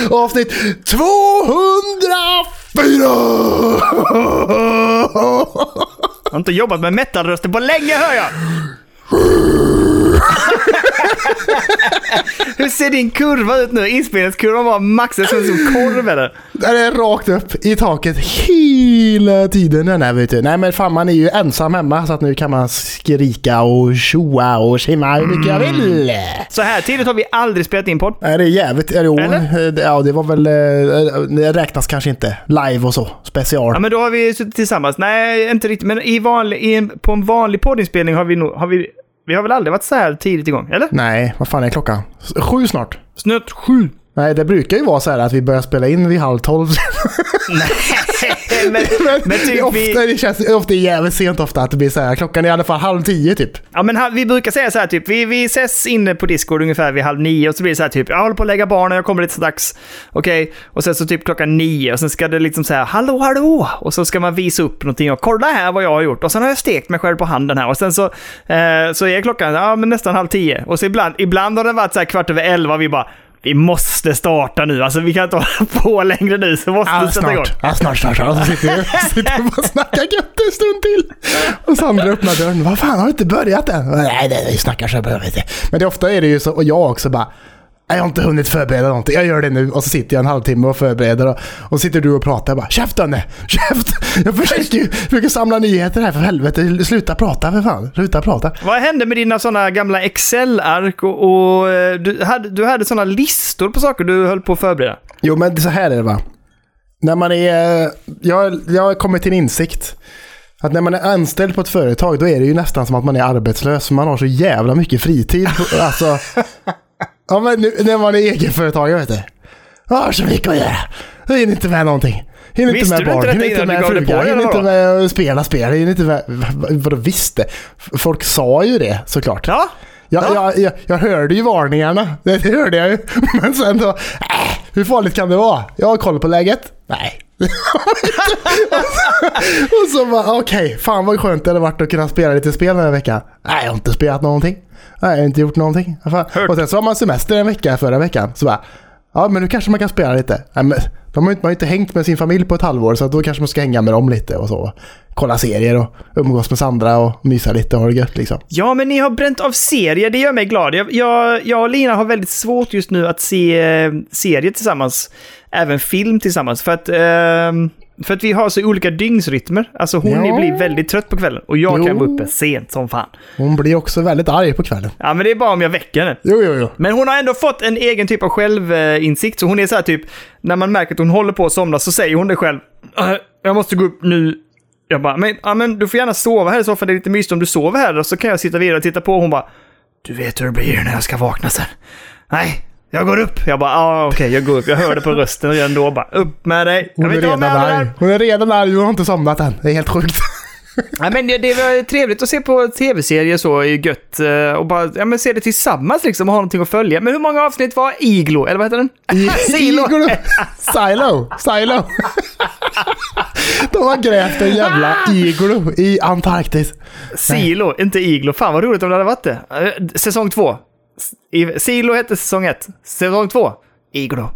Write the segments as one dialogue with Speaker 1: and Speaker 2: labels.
Speaker 1: Avsnitt 204.
Speaker 2: Jag har inte jobbat med metalröster på länge, hör jag. Hur ser din kurva ut nu? Inspelningskurvan var maxat som korv eller?
Speaker 1: Där är rakt upp i taket hela tiden. Nej men fan, man är ju ensam hemma så att nu kan man skrika och tjoa och simma hur mycket jag vill.
Speaker 2: Så här tidigt har vi aldrig spelat in podd.
Speaker 1: Nej, det är jävligt. Ja, det var väl det räknas kanske inte live och så special.
Speaker 2: Ja, men då har vi suttit tillsammans. Nej, inte riktigt, men på en vanlig poddinspelning har vi har väl aldrig varit så här tidigt igång, eller?
Speaker 1: Nej, vad fan är klockan? 7 snart.
Speaker 2: Snart 7.
Speaker 1: Nej, det brukar ju vara så här att vi börjar spela in vid 11:30.
Speaker 2: Nej, men typ
Speaker 1: det känns ofta jävligt sent ofta att det blir så här. Klockan är i alla fall 9:30 typ.
Speaker 2: Ja, men vi brukar säga så här typ. Vi ses inne på Discord ungefär vid 8:30 och så blir det så här typ. Jag håller på att lägga barnen, jag kommer lite så dags. Okej. Och sen så typ klockan 9 och sen ska det liksom säga hallå. Och så ska man visa upp någonting och kolla här vad jag har gjort. Och sen har jag stekt mig själv på handen här. Och sen så är klockan men nästan 9:30. Och så ibland har det varit så här 11:15. Vi bara... Vi måste starta nu. Alltså vi kan inte hålla på längre nu. Så måste vi sätta igång.
Speaker 1: Snart. Och så sitter vi och snackar gött en stund till. Och Sandra öppnar dörren. Vad fan, har du inte börjat än? Nej, vi snackar så bra. Men det ofta är det ju så. Och jag också bara... Jag har inte hunnit förbereda någonting. Jag gör det nu. Och så sitter jag en halvtimme och förbereder. Och sitter du och pratar. Jag bara, käft Anne! Käft! Jag försöker samla nyheter här för helvete. Sluta prata för fan. Sluta prata.
Speaker 2: Vad hände med dina sådana gamla Excel-ark? Och du hade sådana listor på saker du höll på att förbereda?
Speaker 1: Jo, men så här är det va. När man är... Jag har kommit till en insikt. Att när man är anställd på ett företag. Då är det ju nästan som att man är arbetslös. Man har så jävla mycket fritid. Alltså... Ja, men nu, när man är egenföretagare, vet du. Jag har så mycket att göra. Jag hinner inte med någonting. Hinner inte med barn. Hinner inte med fruga. Hinner inte med att spela spel. Hinner inte med... Vadå visste? Folk sa ju det, såklart.
Speaker 2: Ja.
Speaker 1: Jag hörde ju varningarna. Det hörde jag ju. Men sen då... hur farligt kan det vara? Jag har koll på läget. Nej. Och så bara, okej. Fan vad skönt det hade varit att kunna spela lite spel den här veckan. Nej, jag har inte spelat någonting. Nej, jag har inte gjort någonting. Och sen så har man semester en vecka förra veckan. Så bara, ja men nu kanske man kan spela lite. Nej, men man har inte hängt med sin familj på ett halvår. Så då kanske man ska hänga med dem lite och så. Kolla serier och umgås med Sandra och mysa lite och ha det gött liksom. Ja,
Speaker 2: men ni har bränt av serier. Det gör mig glad. Jag och Lina har väldigt svårt just nu att se serier tillsammans. Även film tillsammans. För att vi har så olika dygnsrytmer. Alltså hon blir väldigt trött på kvällen. Och jag kan vara uppe sent som fan. Hon blir också väldigt arg på kvällen. Ja, men det är bara om jag väcker henne. Jo. Men hon har ändå fått en egen typ av självinsikt. Så hon är så här typ, när man märker att hon håller på att somna så säger hon det själv. Jag måste gå upp nu. Jag bara, men du får gärna sova här i soffan. Det är lite mysigt om du sover här. Och så kan jag sitta vidare och titta på. Och hon bara, du vet hur det blir när jag ska vakna sen. Nej. Jag går upp. Jag bara, okej, jag går upp. Jag hörde på rösten redan då. Bara, upp med dig. Hon är redan arg. Hon har inte somnat än. Det är helt sjukt. Ja, men det var trevligt att se på tv-serier så i gött. Och bara se det tillsammans liksom. Och ha någonting att följa. Men hur många avsnitt var Iglo? Eller vad heter den? Silo. De har grävt en jävla iglo i Antarktis. Silo, inte iglo. Fan vad roligt om det hade varit det. Säsong 2. Silo hette säsong 1. Säsong 2 Iglo.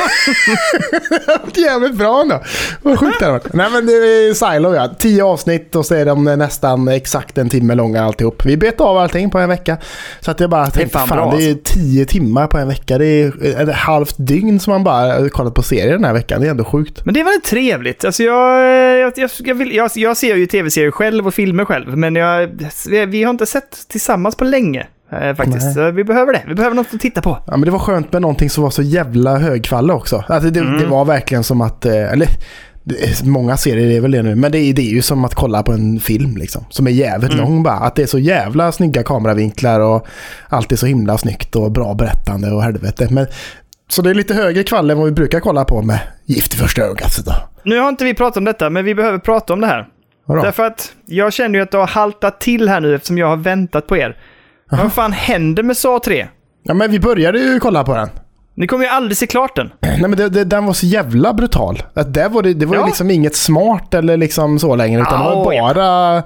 Speaker 2: Jävligt bra ändå. Vad sjukt det har varit. Nej men det är Silo, ja. 10 avsnitt och så är de nästan exakt en timme långa alltihop. Vi bet av allting på en vecka. Så att jag bara tänkte, det är 10 timmar på en vecka. Det är ett halvt dygn som man bara kollat på serier den här veckan. Det är ändå sjukt. Men det är väldigt trevligt. Alltså jag ser ju tv-serier själv och filmer själv. Men vi har inte sett tillsammans på länge. Faktiskt. Så vi behöver det. Vi behöver något att titta på. Ja, men det var skönt med någonting som var så jävla högkvallig också. Alltså det var verkligen som att... många serier är väl det nu. Men det är ju som att kolla på en film liksom. Som är jävligt lång bara. Att det är så jävla snygga kameravinklar och allt är så himla snyggt och bra berättande och helvete. Men, så det är lite högre kvalitet än vad vi brukar kolla på med Gift i första ögat. Nu har inte vi pratat om detta, men vi behöver prata om det här. Vadå? Därför att jag känner ju att det har haltat till här nu eftersom jag har väntat på er. Vad fan händer med Saw 3? Ja, men vi började ju kolla på den. Ni kommer ju aldrig se klart den. Nej, men den var så jävla brutal. Att det var ju liksom inget smart eller liksom så längre. Utan det var bara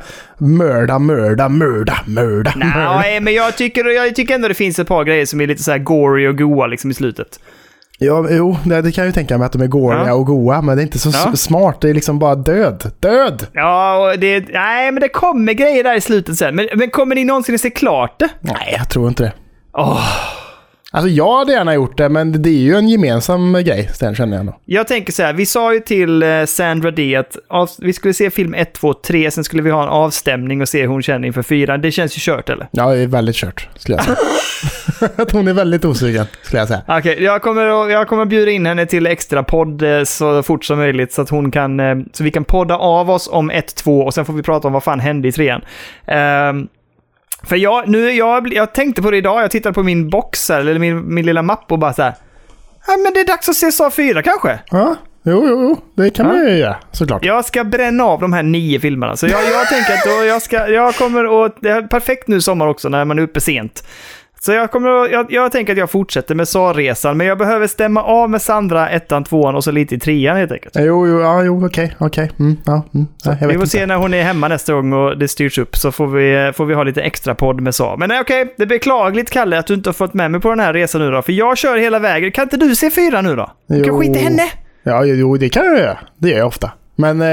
Speaker 2: mörda. Nej, men jag tycker ändå det finns ett par grejer som är lite så här gory och goa liksom i slutet.
Speaker 1: Ja, jo, det kan jag ju tänka mig att de är gårdiga och goa, men det är inte så smart. Det är liksom bara död.
Speaker 2: Ja, och nej, men det kommer grejer där i slutet sen. Men kommer ni någonsin se klart det?
Speaker 1: Nej, jag tror inte det. Alltså jag hade gärna gjort det, men det är ju en gemensam grej, sen känner jag nog.
Speaker 2: Jag tänker så här, vi sa ju till Sandra D att vi skulle se film 1, 2, 3, sen skulle vi ha en avstämning och se hur hon känner inför 4. Det känns ju kört, eller?
Speaker 1: Ja, det är väldigt kört, skulle jag säga. Att hon är väldigt osugen, skulle jag säga.
Speaker 2: Okej, jag kommer bjuda in henne till extra podd så fort som möjligt så att hon kan, så vi kan podda av oss om 1, 2 och sen får vi prata om vad fan hände i 3. För jag tänkte på det idag, jag tittade på min box här, eller min lilla mapp och bara så här, men det är dags att se SA 4 kanske.
Speaker 1: Ja, jo, det kan man ju göra, såklart.
Speaker 2: Jag ska bränna av de här 9 filmerna, så jag tänker att jag kommer att, det är perfekt nu sommar också när man är uppe sent. Så jag tänker att jag fortsätter med SA-resan, men jag behöver stämma av med Sandra 1, 2 och så lite i 3 helt enkelt.
Speaker 1: Jo, okej.
Speaker 2: Vi får se när hon är hemma nästa gång och det styrs upp, så får vi ha lite extra podd med SA. Men okej, det är beklagligt, Kalle, att du inte har fått med mig på den här resan nu då, för jag kör hela vägen. Kan inte du se 4 nu då? Du kan skita henne.
Speaker 1: Ja, jo, det kan jag göra. Det gör jag ofta. Men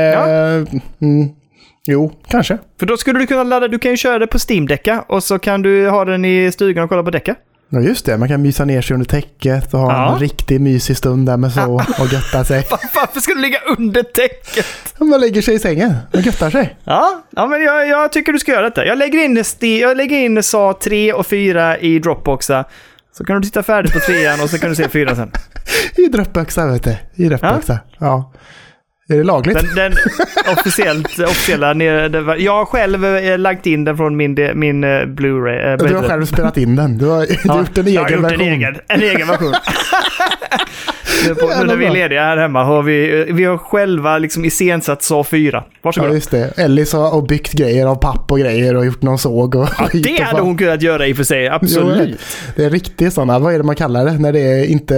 Speaker 1: jo, kanske.
Speaker 2: För då skulle du kunna ladda, du kan ju köra det på Steam-däcka och så kan du ha den i stugan och kolla på däcka.
Speaker 1: Ja, just det. Man kan mysa ner sig under täcket och ha en riktig mysig stund där med så och götta sig.
Speaker 2: Varför ska du ligga under täcket?
Speaker 1: Man lägger sig i sängen och göttar sig.
Speaker 2: Ja, men jag tycker du ska göra detta. Jag lägger in SA 3 och 4 i Dropboxa. Så kan du titta färdigt på 3 och så kan du se 4 sen.
Speaker 1: I Dropboxa, vet du. I Dropboxa, ja. Är det lagligt?
Speaker 2: Den officiella jag har själv lagt in den från min Blu-ray.
Speaker 1: Du har själv spelat in den. Du har gjort en egen version.
Speaker 2: En egen version. Nu när vi är lediga här hemma har vi har själva liksom iscensatt SA 4. Varsågod.
Speaker 1: Ja, just det. Ellis har byggt grejer av papp och grejer och gjort någon såg. Och
Speaker 2: det hade hon kunnat göra i och för sig, absolut.
Speaker 1: Jo, det är riktigt sådana. Vad är det man kallar det? När det är inte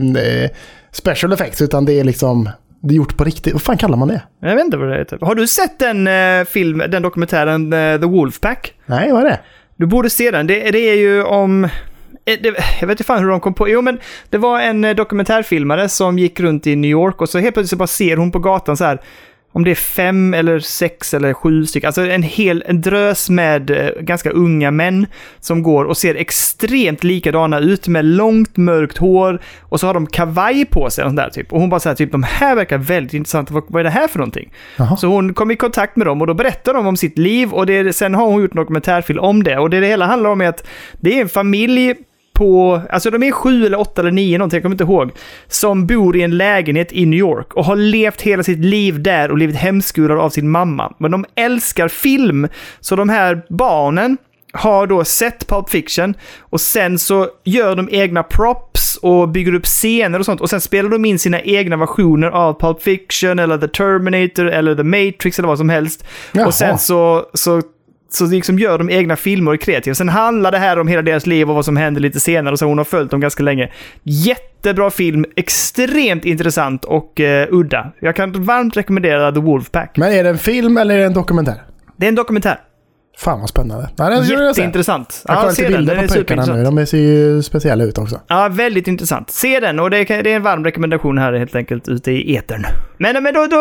Speaker 1: special effects utan det är liksom... Det är gjort på riktigt. Vad fan kallar man det?
Speaker 2: Jag vet inte vad det heter. Har du sett den dokumentären The Wolfpack?
Speaker 1: Nej, vad är det?
Speaker 2: Du borde se den. Det är ju om... jag vet inte fan hur de kom på. Jo, men det var en dokumentärfilmare som gick runt i New York och så helt plötsligt bara ser hon på gatan så här, om det är 5 eller 6 eller 7 stycken. Alltså en drös med ganska unga män som går och ser extremt likadana ut med långt mörkt hår och så har de kavaj på sig och där typ. Och hon bara så här typ, de här verkar väldigt intressanta. Vad är det här för någonting? Aha. Så hon kom i kontakt med dem och då berättar de om sitt liv och sen har hon gjort en dokumentärfilm om det. Och det hela handlar om är att det är en familj alltså de är 7 eller 8 eller 9 någonting, jag kommer inte ihåg, som bor i en lägenhet i New York och har levt hela sitt liv där och blivit hemskurade av sin mamma. Men de älskar film, så de här barnen har då sett Pulp Fiction och sen så gör de egna props och bygger upp scener och sånt och sen spelar de in sina egna versioner av Pulp Fiction eller The Terminator eller The Matrix eller vad som helst. Jaha. Och sen så liksom gör de egna filmer och kreativa. Sen handlar det här om hela deras liv och vad som händer lite senare och så hon har följt dem ganska länge. Jättebra film, extremt intressant och udda. Jag kan varmt rekommendera The Wolfpack.
Speaker 1: Men är det en film eller är det en dokumentär?
Speaker 2: Det är en dokumentär.
Speaker 1: Fan vad spännande.
Speaker 2: Jätteintressant.
Speaker 1: Jag kollar lite bilder på pojkarna nu. De ser ju speciella ut också.
Speaker 2: Ja, väldigt intressant. Se den och det är en varm rekommendation här helt enkelt ute i etern. Men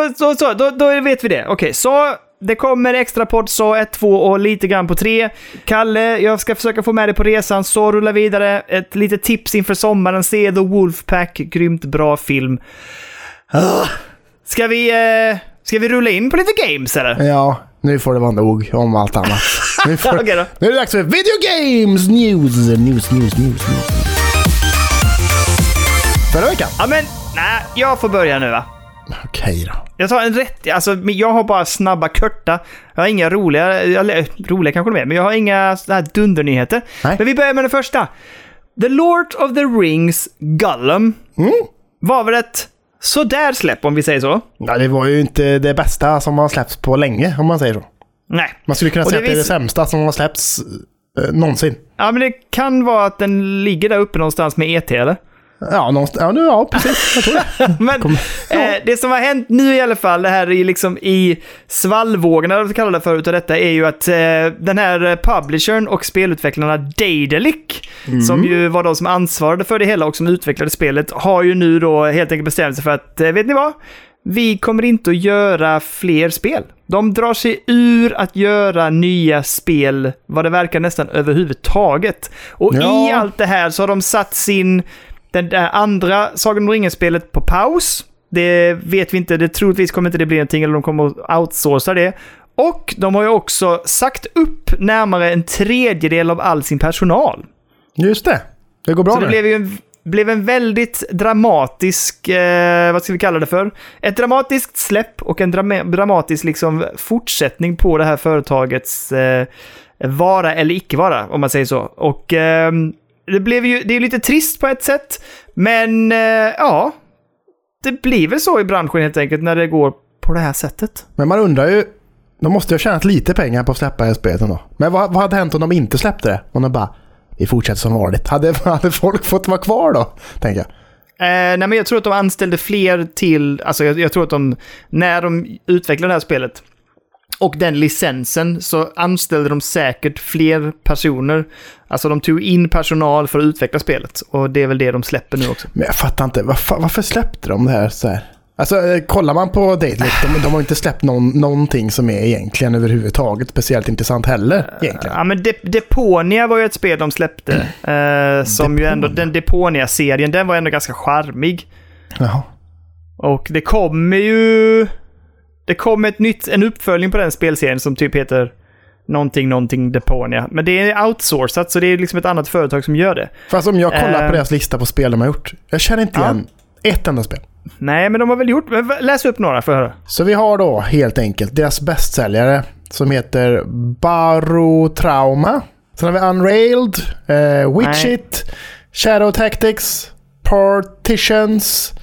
Speaker 2: då vet vi det. Okej, så det kommer extra podd så 1, 2 och lite grann på 3. Kalle, jag ska försöka få med dig på resan så rulla vidare. Ett litet tips inför sommaren. Se The Wolfpack, grymt bra film. Ska vi rulla in på lite games eller?
Speaker 1: Ja, nu får det vara nog om allt annat. Nu är det dags för Video Games News. Förra veckan?
Speaker 2: Ja men, nej, jag får börja nu va?
Speaker 1: Okej då.
Speaker 2: Jag tar en jag har bara snabba korta. Jag har inga roliga kanske med, men jag har inga sådana här dundernyheter. Nej. Men vi börjar med den första. The Lord of the Rings Gollum var väl ett sådär släpp om vi säger så?
Speaker 1: Ja, det var ju inte det bästa som har släppts på länge om man säger så.
Speaker 2: Nej.
Speaker 1: Man skulle kunna säga att det är det sämsta som har släppts någonsin.
Speaker 2: Ja, men det kan vara att den ligger där uppe någonstans med ET eller?
Speaker 1: Ja, precis. Jag tror det.
Speaker 3: Men det som har hänt nu i alla fall, det här är liksom i svallvågorna, eller vad vi kallar det för, utav detta, är ju att den här publishern och spelutvecklarna Daedalic, som ju var de som ansvarade för det hela och som utvecklade spelet, har ju nu då helt enkelt bestämt sig för att, vet ni vad? Vi kommer inte att göra fler spel. De drar sig ur att göra nya spel, vad det verkar nästan överhuvudtaget. Och i allt det här så har de satt sin den där andra Sagan om ringen-spelet på paus. Det vet vi inte, det troligtvis kommer inte det bli någonting, eller de kommer att outsourca det. Och de har ju också sagt upp närmare en tredjedel av all sin personal.
Speaker 1: Just det. Det går bra.
Speaker 3: Så det blev en väldigt dramatisk, vad ska vi kalla det för? Ett dramatiskt släpp och en dramatisk liksom fortsättning på det här företagets vara eller icke vara, om man säger så. Och det är lite trist på ett sätt, men ja, det blir väl så i branschen helt enkelt när det går på det här sättet.
Speaker 1: Men man undrar ju, de måste ju ha tjänat lite pengar på att släppa det spelet då. Men vad hade hänt om de inte släppte det? Om de bara, vi fortsätter som vanligt. Hade folk fått vara kvar då, tänker jag?
Speaker 3: Nej, men jag tror att de anställde fler till, alltså jag tror att när de utvecklade det här spelet och den licensen, så anställde de säkert fler personer. Alltså de tog in personal för att utveckla spelet, och det är väl det de släpper nu också.
Speaker 1: Men jag fattar inte, varför släppte de det här så här? Alltså kollar man på Daedalic, de har inte släppt någonting som är egentligen överhuvudtaget speciellt intressant heller egentligen.
Speaker 3: Ja, men Deponia var ju ett spel de släppte som ju ändå, den Deponia-serien, den var ändå ganska charmig.
Speaker 1: Jaha.
Speaker 3: Och det kommer en uppföljning på den spelserien som typ heter någonting Deponia. Men det är outsourcat, så det är liksom ett annat företag som gör det.
Speaker 1: Fast om jag kollar på deras lista på spel de har gjort, jag känner inte igen ett enda spel.
Speaker 3: Nej, men de har väl gjort... Läs upp några för att höra.
Speaker 1: Så vi har då helt enkelt deras bästsäljare som heter Barotrauma. Sen har vi Unrailed, Witch It, Shadow Tactics, Partitions,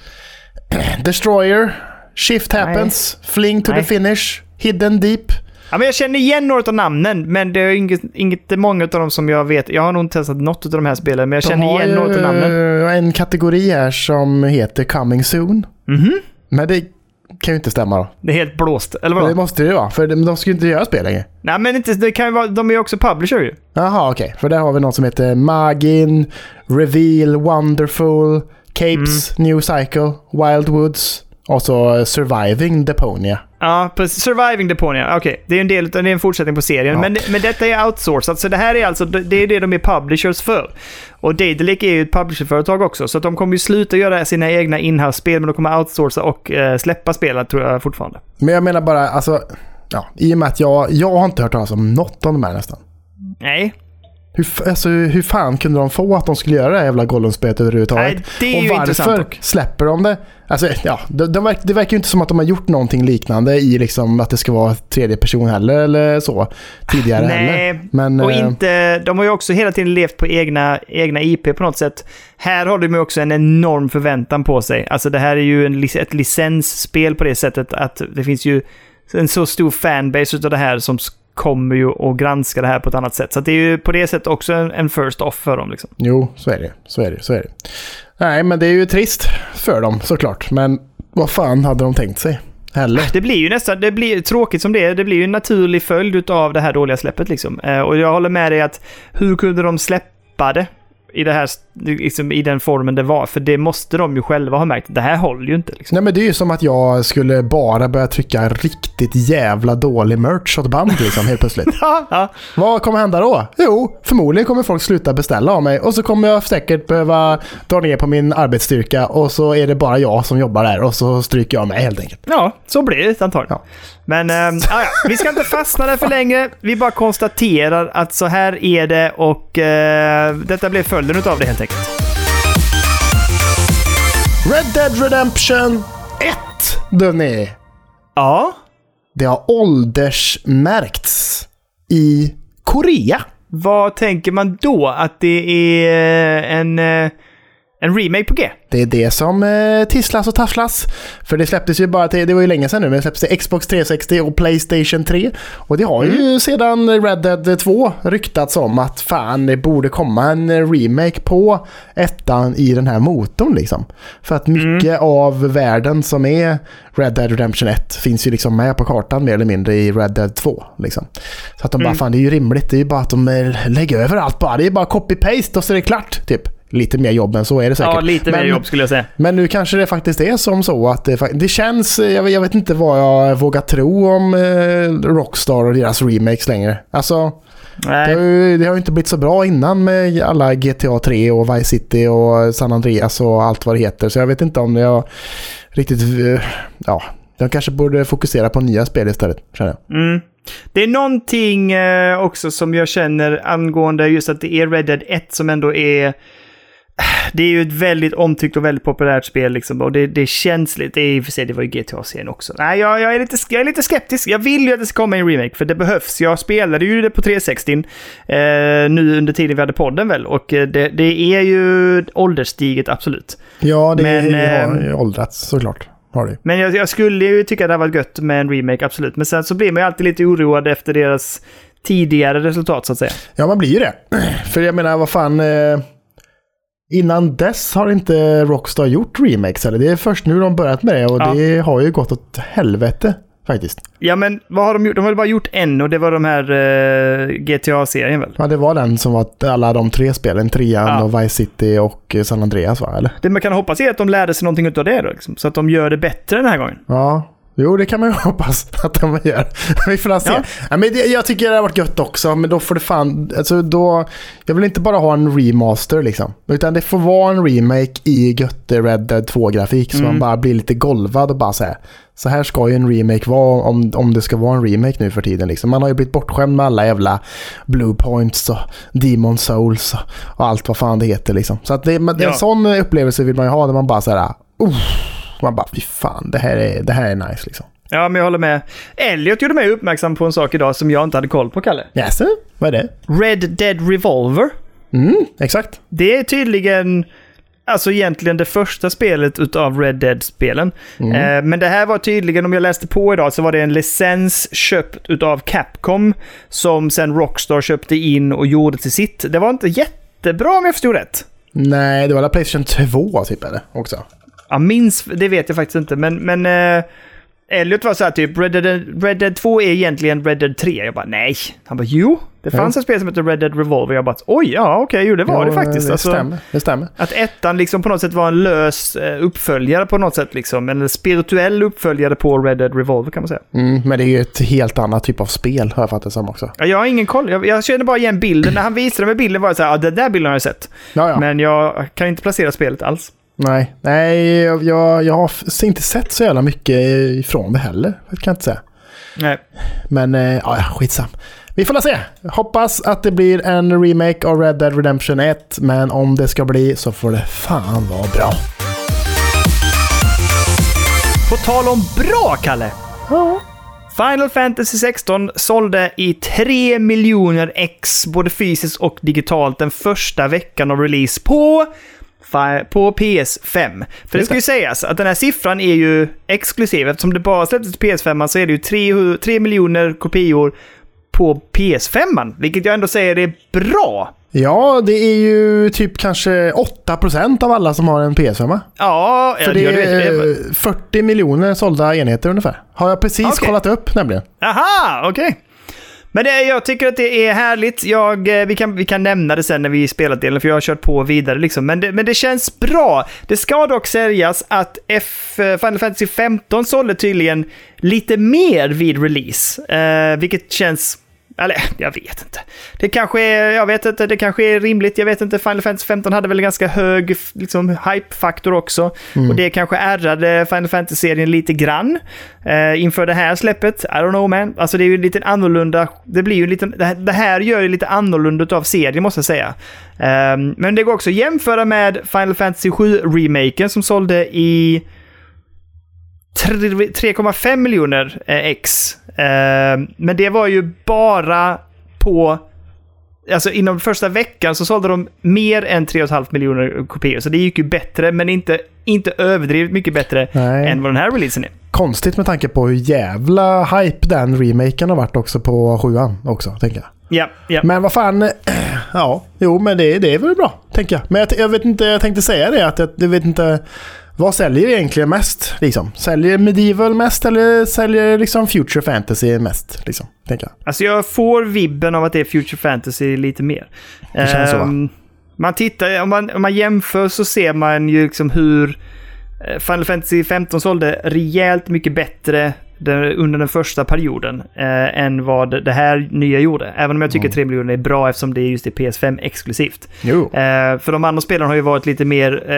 Speaker 1: Destroyer, Shift Happens, Fling to the Finish, Hidden Deep.
Speaker 3: Ja, men jag känner igen några av namnen, men det är inget många av dem som jag vet. Jag har nog inte testat något av de här spelen, men jag känner igen några av namnen.
Speaker 1: En kategori här som heter Coming Soon. Men det kan ju inte stämma då.
Speaker 3: Det är helt blåst, eller vad?
Speaker 1: Det måste det ju vara, för de ska ju inte göra spel längre.
Speaker 3: Nej, men inte, det kan ju vara, de är ju också publisher ju.
Speaker 1: Jaha, okej. För där har vi någon som heter Magin, Reveal, Wonderful, Capes, New Cycle, Wild Woods och så Surviving Deponia.
Speaker 3: Ja, precis. Surviving Deponia. Okej, det är en del, det är en fortsättning på serien. Ja. Men detta är outsourcat, så det här är alltså, det är det de är publishers för. Och Daedalic är ju ett publisherföretag också, så att de kommer ju sluta göra sina egna in-house-spel, men de kommer outsourca och släppa spelen, tror jag fortfarande.
Speaker 1: Men jag menar bara, alltså, ja, i och med att jag har inte hört talas om något av de här nästan.
Speaker 3: Nej.
Speaker 1: Hur fan kunde de få att de skulle göra det här jävla Gollum-spelet överhuvudtaget?
Speaker 3: Nej, det är
Speaker 1: och
Speaker 3: ju intressant.
Speaker 1: varför släpper de det? Alltså, ja, det verkar ju inte som att de har gjort någonting liknande i liksom att det ska vara tredje person heller eller så tidigare.
Speaker 3: Nej,
Speaker 1: heller. Men,
Speaker 3: och inte, de har ju också hela tiden levt på egna IP på något sätt. Här har de ju också en enorm förväntan på sig. Alltså det här är ju ett licensspel på det sättet att det finns ju en så stor fanbase utav det här som kommer ju att granska det här på ett annat sätt. Så det är ju på det sättet också en first off för dem liksom.
Speaker 1: Jo, så är det. Nej, men det är ju trist för dem såklart. Men vad fan hade de tänkt sig? Heller.
Speaker 3: Det blir ju nästan, det blir tråkigt som det är. Det blir ju en naturlig följd av det här dåliga släppet liksom. Och jag håller med dig att hur kunde de släppa det i det här liksom, i den formen det var, för det måste de ju själva ha märkt. Det här håller ju inte liksom.
Speaker 1: Nej, men det är ju som att jag skulle bara börja trycka riktigt jävla dålig merch åt band liksom helt plötsligt.
Speaker 3: Ja.
Speaker 1: Vad kommer hända då? Jo, förmodligen kommer folk sluta beställa av mig och så kommer jag säkert behöva dra ner på min arbetsstyrka och så är det bara jag som jobbar där och så stryker jag mig helt enkelt.
Speaker 3: Ja, så blir det antagligen. Ja. Men vi ska inte fastna där för länge. Vi bara konstaterar att så här är det och detta blev följden utav det helt enkelt.
Speaker 1: Red Dead Redemption 1, Dunny.
Speaker 3: Ja.
Speaker 1: Det har åldersmärkts i Korea.
Speaker 3: Vad tänker man då? Att det är En remake på G.
Speaker 2: Det är det som tisslas och tasslas. För det släpptes ju bara till, det var ju länge sedan nu, men det släpptes till Xbox 360 och PlayStation 3. Och det har ju sedan Red Dead 2 ryktats om att fan, det borde komma en remake på ettan i den här motorn liksom. För att mycket av världen som är Red Dead Redemption 1 finns ju liksom med på kartan mer eller mindre i Red Dead 2 liksom. Så att de bara, fan det är ju rimligt, det är ju bara att de lägger över allt bara. Det är bara copy-paste och så är det klart, typ. Lite mer jobb än så är det säkert.
Speaker 3: Ja, lite mer jobb skulle jag säga.
Speaker 2: Men nu kanske det faktiskt är som så att det känns, jag vet inte vad jag vågar tro om Rockstar och deras remakes längre. Alltså, det har ju inte blivit så bra innan med alla GTA 3 och Vice City och San Andreas och allt vad det heter. Så jag vet inte om jag riktigt, jag kanske borde fokusera på nya spel istället, känner jag.
Speaker 3: Det är någonting också som jag känner angående just att det är Red Dead 1 som ändå är... Det är ju ett väldigt omtyckt och väldigt populärt spel liksom, och det känns lite, i och för sig det var ju GTA-serien också. Nej, jag är lite skeptisk. Jag vill ju att det ska komma en remake, för det behövs. Jag spelade ju det på 360 nu under tiden vi hade podden väl, och det är ju ålderstiget absolut.
Speaker 2: Ja, det har ju åldrats såklart.
Speaker 3: Men jag skulle ju tycka att det hade varit gött med en remake, absolut. Men sen så blir man ju alltid lite oroad efter deras tidigare resultat så att säga.
Speaker 2: Ja, man blir ju det. För jag menar, vad fan... Innan dess har inte Rockstar gjort remakes, eller det är först nu de börjat med det, och det har ju gått åt helvete faktiskt.
Speaker 3: Ja, men vad har de gjort? De har bara gjort en, och det var de här GTA-serien väl?
Speaker 2: Ja, det var den som var alla de 3 spelen, 3an och Vice City och San Andreas, va? Eller?
Speaker 3: Det man kan hoppas är att de lärde sig någonting av det då, liksom, så att de gör det bättre den här gången.
Speaker 2: Ja. Jo, det kan man ju hoppas att de gör. Vi får se. Ja, men jag tycker det har varit gött också, men då får det fan... Alltså då... Jag vill inte bara ha en remaster liksom. Utan det får vara en remake i götte Red Dead 2-grafik. Så man bara blir lite golvad och bara säga så här ska ju en remake vara om det ska vara en remake nu för tiden liksom. Man har ju blivit bortskämd med alla jävla Blue Points och Demon Souls och allt vad fan det heter liksom. Så att en sån upplevelse vill man ju ha, där man bara säger man bara, fy fan, det här är nice liksom.
Speaker 3: Ja, men jag håller med. Elliot gjorde mig uppmärksam på en sak idag som jag inte hade koll på, Kalle.
Speaker 2: Yes, vad är det?
Speaker 3: Red Dead Revolver.
Speaker 2: Exakt.
Speaker 3: Det är tydligen, alltså egentligen det första spelet utav Red Dead-spelen. Men det här var tydligen, om jag läste på idag, så var det en licens köpt utav Capcom som sen Rockstar köpte in och gjorde till sitt. Det var inte jättebra om jag förstod rätt.
Speaker 2: Nej, det var PlayStation 2 typ eller också.
Speaker 3: Ja, minns, det vet jag faktiskt inte. Men Elliot var så här typ, Red Dead 2 är egentligen Red Dead 3. Jag bara, nej. Han bara, jo. Det fanns ett spel som heter Red Dead Revolver. Jag bara, oj, ja, okej, jo, det var det faktiskt.
Speaker 2: Det stämmer.
Speaker 3: Att ettan liksom på något sätt var en lös uppföljare på något sätt liksom. En spirituell uppföljare på Red Dead Revolver kan man säga.
Speaker 2: Men det är ju ett helt annat typ av spel, har jag fattat som också.
Speaker 3: Ja, jag har ingen koll. Jag känner bara igen bilden. När han visade med bilden var jag så här, den där bilden har jag sett. Ja. Men jag kan inte placera spelet alls.
Speaker 2: Nej, jag har inte sett så jävla mycket ifrån det heller. Jag kan inte säga.
Speaker 3: Nej.
Speaker 2: Men skitsam. Vi får se. Hoppas att det blir en remake av Red Dead Redemption 1. Men om det ska bli så får det fan vara bra.
Speaker 3: På tal om bra, Kalle.
Speaker 2: Ja.
Speaker 3: Final Fantasy 16 sålde i 3 miljoner ex både fysiskt och digitalt den första veckan av release på PS5. För det ska ju sägas att den här siffran är ju exklusiv. Eftersom det bara släpptes till PS5 så är det ju 3 miljoner kopior på PS5, vilket jag ändå säger är bra.
Speaker 2: Ja, det är ju typ kanske 8% av alla som har en PS5.
Speaker 3: Ja,
Speaker 2: för det är 40 miljoner sålda enheter ungefär. Har jag precis kollat upp nämligen.
Speaker 3: Aha, okej. Men jag tycker att det är härligt. Vi kan nämna det sen när vi spelat delen, för jag har kört på vidare liksom. Men det känns bra. Det ska dock sägas att Final Fantasy 15 sålde tydligen lite mer vid release. Vilket känns... Eller, jag vet inte. Det kanske är rimligt. Jag vet inte, Final Fantasy 15 hade väl ganska hög liksom, hype-faktor också. Och det kanske ärrade Final Fantasy-serien lite grann inför det här släppet. I don't know, man. Alltså det är ju lite annorlunda. Det blir ju lite, det här gör ju lite annorlunda av serien, måste jag säga. Men det går också att jämföra med Final Fantasy 7-remaken som sålde i 3,5 miljoner ex. Men det var ju bara på alltså inom första veckan så sålde de mer än 3,5 miljoner kopior. Så det gick ju bättre, men inte överdrivet mycket bättre än vad den här releasen är.
Speaker 2: Konstigt med tanke på hur jävla hype den remaken har varit också på 7an också, tänker jag.
Speaker 3: Ja.
Speaker 2: Men vad fan, ja, jo men det är väl bra, tänker jag. Men jag vet inte, jag tänkte säga det, att jag vet inte, vad säljer egentligen mest, liksom? Säljer Medieval mest eller säljer liksom Future Fantasy mest, liksom, tänker jag.
Speaker 3: Alltså jag får vibben av att det är Future Fantasy lite mer.
Speaker 2: Det känns så, va?
Speaker 3: Man tittar, om man jämför så ser man ju liksom hur Final Fantasy 15 sålde rejält mycket bättre under den första perioden än vad det här nya gjorde. Även om jag tycker 3 miljoner är bra eftersom det är just i PS5 exklusivt. För de andra spelarna har ju varit lite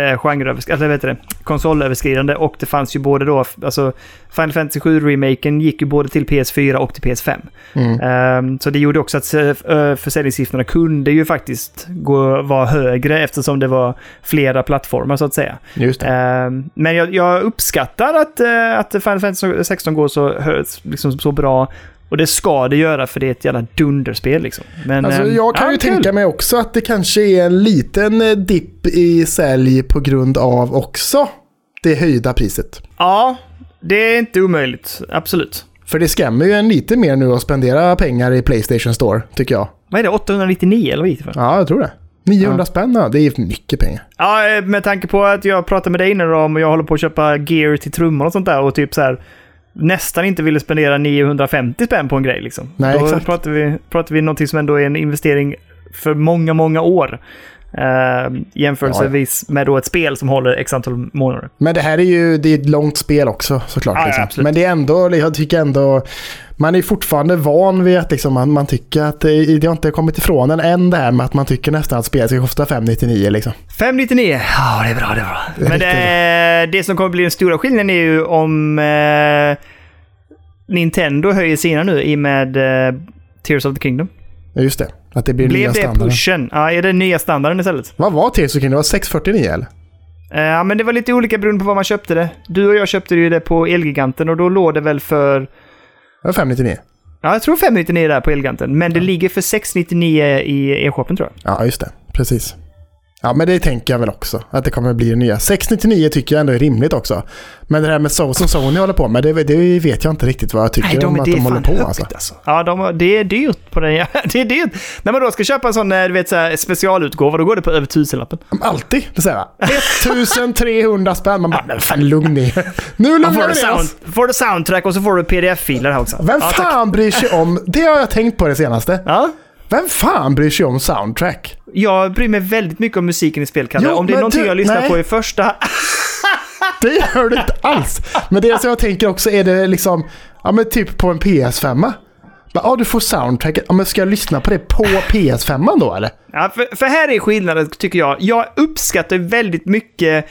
Speaker 3: mer konsolöverskridande, och det fanns ju både då, alltså Final Fantasy 7-remaken gick ju både till PS4 och till PS5. Så det gjorde också att försäljningssiffrorna kunde ju faktiskt vara högre eftersom det var flera plattformar så att säga.
Speaker 2: Just det.
Speaker 3: Men jag uppskattar att Final Fantasy 16 går så bra, och det ska det göra för det är ett jävla dunderspel liksom. Men
Speaker 2: alltså, jag kan ju tänka mig också att det kanske är en liten dipp i sälj på grund av också det höjda priset.
Speaker 3: Ja, det är inte omöjligt, absolut.
Speaker 2: För det skrämmer ju en lite mer nu att spendera pengar i PlayStation Store, tycker jag.
Speaker 3: Vad är det, 899 eller vad är det för?
Speaker 2: Ja, jag tror det. 900 spänn, det är mycket pengar.
Speaker 3: Ja, med tanke på att jag pratade med dig innan om jag håller på att köpa gear till trummor och sånt där, och typ så här nästan inte ville spendera 950 spänn på en grej liksom.
Speaker 2: Nej,
Speaker 3: då
Speaker 2: exakt.
Speaker 3: pratar vi någonting som ändå är en investering för många, många år. Jämförelsevis med då ett spel som håller x antal månader.
Speaker 2: Men det här är ju ett långt spel också, såklart.
Speaker 3: Ja,
Speaker 2: liksom. Men det är ändå, jag tycker ändå, man är fortfarande van vid att liksom, man tycker att det har inte kommit ifrån en än det här med att man tycker nästan att spelet ska kosta 599 liksom.
Speaker 3: 599, ja det är bra. Men det som kommer bli den stora skillnaden är ju om Nintendo höjer sina nu i med Tears of the Kingdom.
Speaker 2: Ja, just det. Att det blir nya standarden.
Speaker 3: Blev det pushen? Ja, är det nya standarden istället?
Speaker 2: Vad var Tears of the Kingdom? Det var 649 eller?
Speaker 3: Ja, men det var lite olika beroende på vad man köpte det. Du och jag köpte ju det på Elgiganten, och då låg det väl för...
Speaker 2: Det var 599.
Speaker 3: Ja, jag tror 599 där på Elgiganten. Men det ligger för 699 i e-shoppen, tror jag.
Speaker 2: Ja, just det. Precis. Ja, men det tänker jag väl också. Att det kommer bli det nya. 699 tycker jag ändå är rimligt också. Men det här med som Sony håller på med, det vet jag inte riktigt vad jag tycker om att de håller på.
Speaker 3: Alltså. Ja, det är dyrt på den. Ja. Det är dyrt. När man då ska köpa en sån du vet, så här, specialutgåva, då går det på över 1000-lappen.
Speaker 2: Alltid, det säger jag. 1300 spänn. Man bara, men fan lugn ner. Nu lugnar vi oss.
Speaker 3: Får du soundtrack och så får du pdf-filer här också.
Speaker 2: Vem fan bryr sig om... Det har jag tänkt på det senaste.
Speaker 3: Ja.
Speaker 2: Vem fan bryr sig om soundtrack?
Speaker 3: Jag bryr mig väldigt mycket om musiken i spel, Kalle. Om det är någonting jag lyssnar på i första...
Speaker 2: Det gör du inte alls. Men det som jag tänker också är det liksom... Ja, men typ på en PS5. Ja, du får soundtracket. Ja, men ska jag lyssna på det på PS5 då, eller?
Speaker 3: Ja, för här är skillnaden, tycker jag. Jag uppskattar väldigt mycket...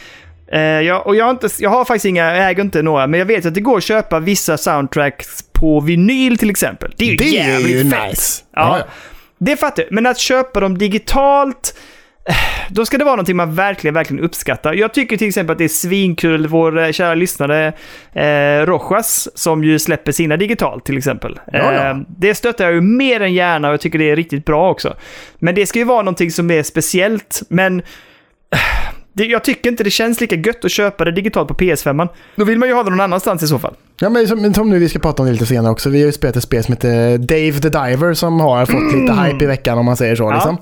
Speaker 3: jag har faktiskt jag äger inte några, men jag vet att det går att köpa vissa soundtracks på vinyl till exempel. Det är ju jävligt fett.
Speaker 2: Nice.
Speaker 3: Ja. Det fattar jag. Men att köpa dem digitalt, då ska det vara någonting man verkligen uppskattar. Jag tycker till exempel att det är svinkul, vår kära lyssnare Rojas, som ju släpper sina digitalt till exempel. Det stöttar jag ju mer än gärna, och jag tycker det är riktigt bra också. Men det ska ju vara någonting som är speciellt, men jag tycker inte det känns lika gött att köpa det digitalt på PS5. Då vill man ju ha det någon annanstans i så fall.
Speaker 2: Ja, men som nu vi ska prata om det lite senare också. Vi har ju spelat ett spel som heter Dave the Diver, som har fått lite hype i veckan, om man säger så. Ja. Liksom.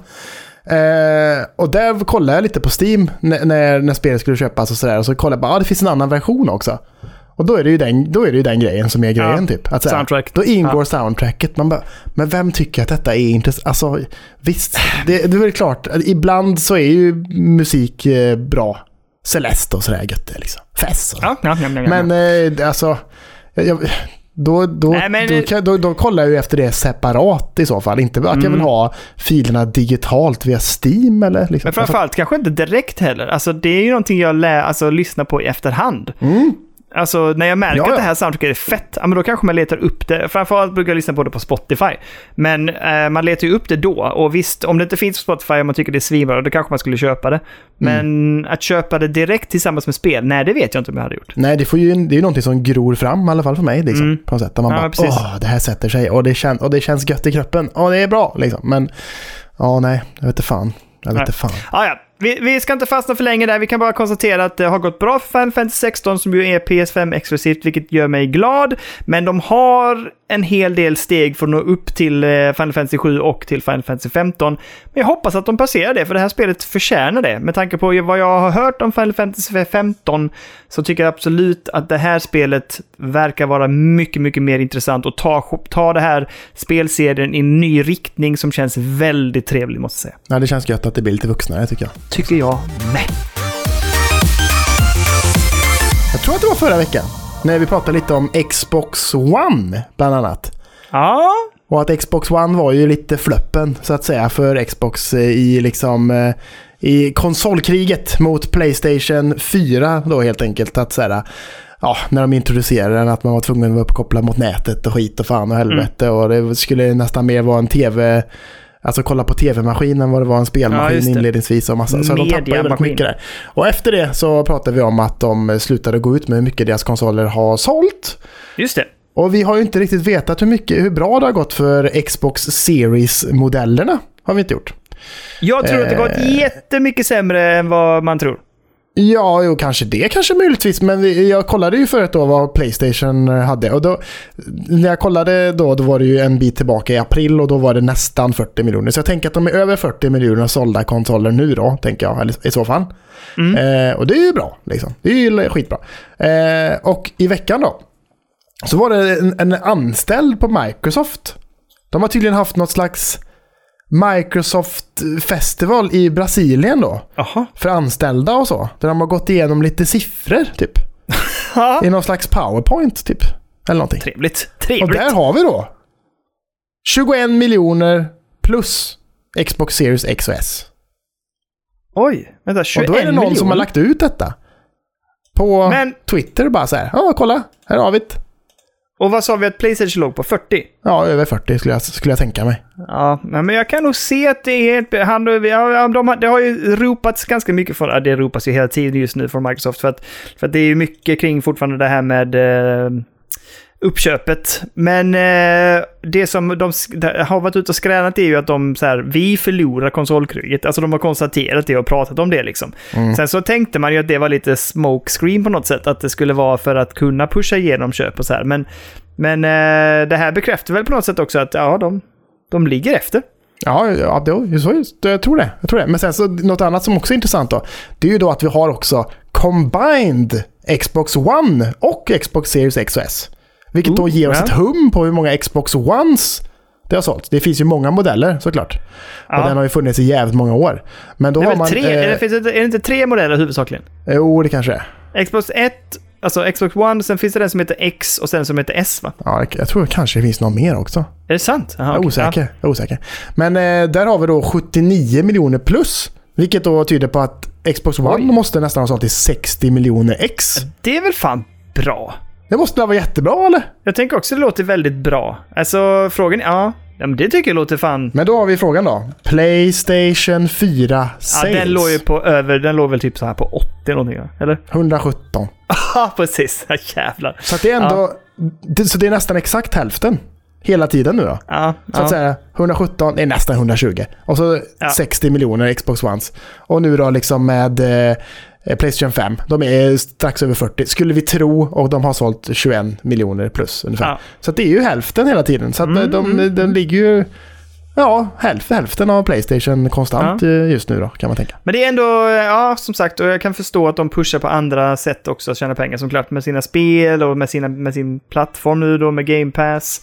Speaker 2: Och där kollade jag lite på Steam när spelet skulle köpas och sådär. Och så kollade jag bara, det finns en annan version också. Och då är det ju den grejen som är grejen, typ. Att
Speaker 3: soundtrack.
Speaker 2: Då ingår soundtracket. Man bara, men vem tycker att detta är intressant? Alltså, visst, det är väl klart. Ibland så är ju musik bra. Celeste och sådär gött det liksom. Fest.
Speaker 3: Ja.
Speaker 2: Men alltså... Då kollar jag ju efter det separat i så fall. Inte att jag vill ha filerna digitalt via Steam eller liksom.
Speaker 3: Men framförallt kanske inte direkt heller. Alltså det är ju någonting jag lyssnar på i efterhand. Alltså när jag märker att det här soundtracket är fett, men då kanske man letar upp det. Framförallt brukar jag lyssna på det på Spotify. Men man letar ju upp det då. Och visst, om det inte finns på Spotify och man tycker det är svinbra, då kanske man skulle köpa det. Men att köpa det direkt tillsammans med spel, nej, det vet jag inte om jag hade gjort.
Speaker 2: Nej, det är ju någonting som gror fram i alla fall för mig liksom, på något sätt. Där man bara, det här sätter sig och det känns gött i kroppen. Och det är bra liksom. Men
Speaker 1: Ja, nej. Jag vet inte fan.
Speaker 3: Ja. Vi ska inte fastna för länge där. Vi kan bara konstatera att det har gått bra för Final Fantasy 16 som ju är PS5-exklusivt, vilket gör mig glad. Men de har en hel del steg för att nå upp till Final Fantasy 7 och till Final Fantasy 15. Men jag hoppas att de passerar det, för det här spelet förtjänar det. Med tanke på vad jag har hört om Final Fantasy 15 så tycker jag absolut att det här spelet verkar vara mycket, mycket mer intressant och ta det här spelserien i en ny riktning som känns väldigt trevlig, måste jag säga.
Speaker 1: Ja, det känns gött att det blir lite vuxnare, tycker jag.
Speaker 3: Tycker jag med.
Speaker 1: Jag tror att det var förra veckan när vi pratade lite om Xbox One bland annat.
Speaker 3: Ja.
Speaker 1: Och att Xbox One var ju lite flöppen så att säga för Xbox i liksom i konsolkriget mot PlayStation 4 då helt enkelt, att säga. Ja, när de introducerade den, att man var tvungen att vara uppkopplad mot nätet och skit och fan och helvete och det skulle nästan mer vara en tv. Alltså kolla på tv-maskinen vad det var en spelmaskin inledningsvis och massa. Så de tappade väldigt mycket där. Och efter det så pratade vi om att de slutade gå ut med hur mycket deras konsoler har sålt.
Speaker 3: Just det.
Speaker 1: Och vi har ju inte riktigt vetat hur bra det har gått för Xbox Series-modellerna. Har vi inte gjort.
Speaker 3: Jag tror att det gått jättemycket sämre än vad man tror.
Speaker 1: Ja, jo, kanske möjligtvis, men jag kollade ju förut då vad PlayStation hade och då, när jag kollade då var det ju en bit tillbaka i april och då var det nästan 40 miljoner. Så jag tänker att de är över 40 miljoner sålda konsoler nu då, tänker jag, eller i så fall. Och det är ju bra, liksom. Det är ju skitbra. Och i veckan då så var det en anställd på Microsoft. De har tydligen haft något slags Microsoft Festival i Brasilien då.
Speaker 3: Aha.
Speaker 1: För anställda och så. Där de har gått igenom lite siffror typ. I någon slags PowerPoint typ. Eller någonting.
Speaker 3: Trevligt.
Speaker 1: Och där har vi då 21 miljoner plus Xbox Series X och S.
Speaker 3: Oj, vänta, 21
Speaker 1: miljoner. Och då är det någon som har lagt ut detta på Twitter bara så här. Ja, kolla. Här har vi det.
Speaker 3: Och vad sa vi att PlayStation låg på? 40?
Speaker 1: Ja, över 40 skulle jag tänka mig.
Speaker 3: Ja, men jag kan nog se att det är det har ju ropats ganska mycket för det ropas ju hela tiden just nu från Microsoft för att det är ju mycket kring fortfarande det här med uppköpet. Men det som de har varit ute och skränat är ju att de så här, vi förlorar konsolkriget. Alltså de har konstaterat det och pratat om det liksom. Sen så tänkte man ju att det var lite smokescreen på något sätt, att det skulle vara för att kunna pusha igenom köp och så här. Men det här bekräftar väl på något sätt också att ja, de ligger efter. Ja,
Speaker 1: jag tror det. Men sen så något annat som också är intressant då, det är ju då att vi har också combined Xbox One och Xbox Series X och S. Vilket då ger oss ett hum på hur många Xbox Ones det har sålt. Det finns ju många modeller såklart. Och den har ju funnits i jävligt många år. Men då
Speaker 3: det är
Speaker 1: har man...
Speaker 3: är det inte 3 modeller huvudsakligen?
Speaker 1: Jo, det kanske är.
Speaker 3: Xbox 1, alltså Xbox One, sen finns det den som heter X och sen som heter S, va?
Speaker 1: Ja, jag tror kanske det finns någon mer också.
Speaker 3: Är det sant? Aha,
Speaker 1: jag är osäker. Men där har vi då 79 miljoner plus. Vilket då tyder på att Xbox One måste nästan ha sålt till 60 miljoner X.
Speaker 3: Det är väl fan bra.
Speaker 1: Det måste vara jättebra, eller?
Speaker 3: Jag tänker också att det låter väldigt bra. Alltså, frågan ja, men det tycker jag låter fan...
Speaker 1: Men då har vi frågan då. PlayStation 4 sales.
Speaker 3: Ja, den låg ju på den låg väl typ så här på 80 någonting, eller?
Speaker 1: 117.
Speaker 3: Ja, precis. Ja, jävlar.
Speaker 1: Så att det är ändå... Ja. Så det är nästan exakt hälften. Hela tiden nu då.
Speaker 3: Ja,
Speaker 1: så att säga 117 är nästan 120. Och så 60 miljoner Xbox Ones. Och nu då liksom med... PlayStation 5. De är strax över 40. Skulle vi tro, och de har sålt 21 miljoner plus ungefär. Ja. Så att det är ju hälften hela tiden. Så att de ligger ju hälften av PlayStation konstant just nu då, kan man tänka.
Speaker 3: Men det är ändå, som sagt, och jag kan förstå att de pushar på andra sätt också att tjäna pengar, som klart med sina spel och med sin plattform nu då med Game Pass.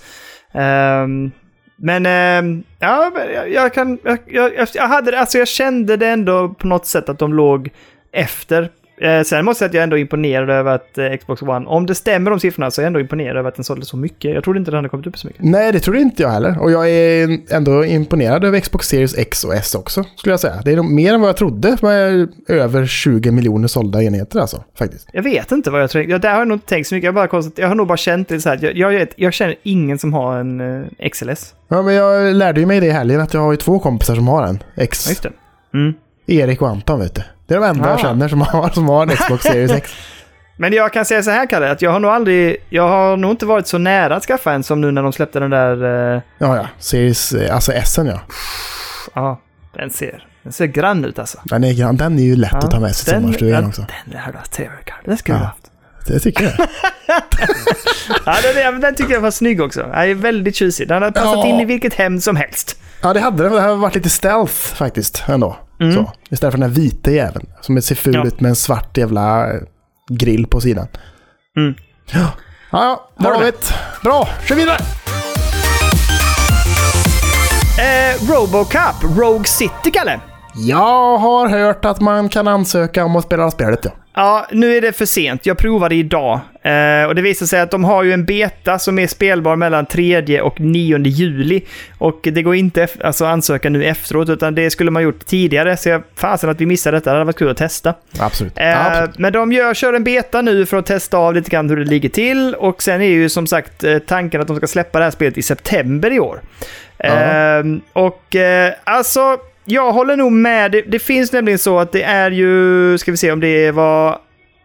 Speaker 3: Jag kände det ändå på något sätt att de låg efter. Sen måste jag säga att jag är ändå imponerad över att Xbox One, om det stämmer de siffrorna, så är jag ändå imponerad över att den sålde så mycket. Jag trodde inte den hade kommit upp så mycket.
Speaker 1: Nej, det trodde inte jag heller. Och jag är ändå imponerad över Xbox Series X och S också, skulle jag säga. Det är nog mer än vad jag trodde, med över 20 miljoner sålda enheter alltså, faktiskt.
Speaker 3: Jag vet inte vad jag tror. Där har jag nog inte tänkt så mycket. Jag har nog bara känt det så här. Jag känner ingen som har en XLS.
Speaker 1: Ja, men jag lärde ju mig det i helgen att jag har ju 2 kompisar som har en X.
Speaker 3: Just det.
Speaker 1: Erik och Anton, vet du. Det är de enda jag känner som har en Xbox Series X.
Speaker 3: Men jag kan säga så här, Kalle, att jag har nog inte varit så nära att skaffa en som nu när de släppte den där...
Speaker 1: Ja, Series, alltså S'en, ja.
Speaker 3: Ja, Den ser grann ut alltså.
Speaker 2: Den är grann. Den är ju lätt att ta med sig till sommarstugan också.
Speaker 3: Den har du haft trevligt. Den skulle du ha haft.
Speaker 2: Det tycker jag.
Speaker 3: Den tycker jag var snygg också. Den är väldigt tjusig. Den har passat in i vilket hem som helst.
Speaker 2: Ja, det hade den. Det har varit lite stealth faktiskt ändå. Så, istället för den här vita jäveln som ser ful ut med en svart jävla grill på sidan. Ja, bra. Kör vidare.
Speaker 3: RoboCop, Rogue City, Kalle.
Speaker 2: Jag har hört att man kan ansöka om att spela spelet.
Speaker 3: Ja, nu är det för sent. Jag provade idag. Och det visar sig att de har ju en beta som är spelbar mellan 3 och 9 juli. Och det går inte att ansöka nu efteråt, utan det skulle man gjort tidigare. Så jag fasen att vi missade detta. Det hade varit kul att testa.
Speaker 2: Absolut.
Speaker 3: Men de kör en beta nu för att testa av lite grann hur det ligger till. Och sen är ju som sagt tanken att de ska släppa det här spelet i september i år. Alltså... Jag håller nog med. Det finns nämligen så att det är ju... Ska vi se om det var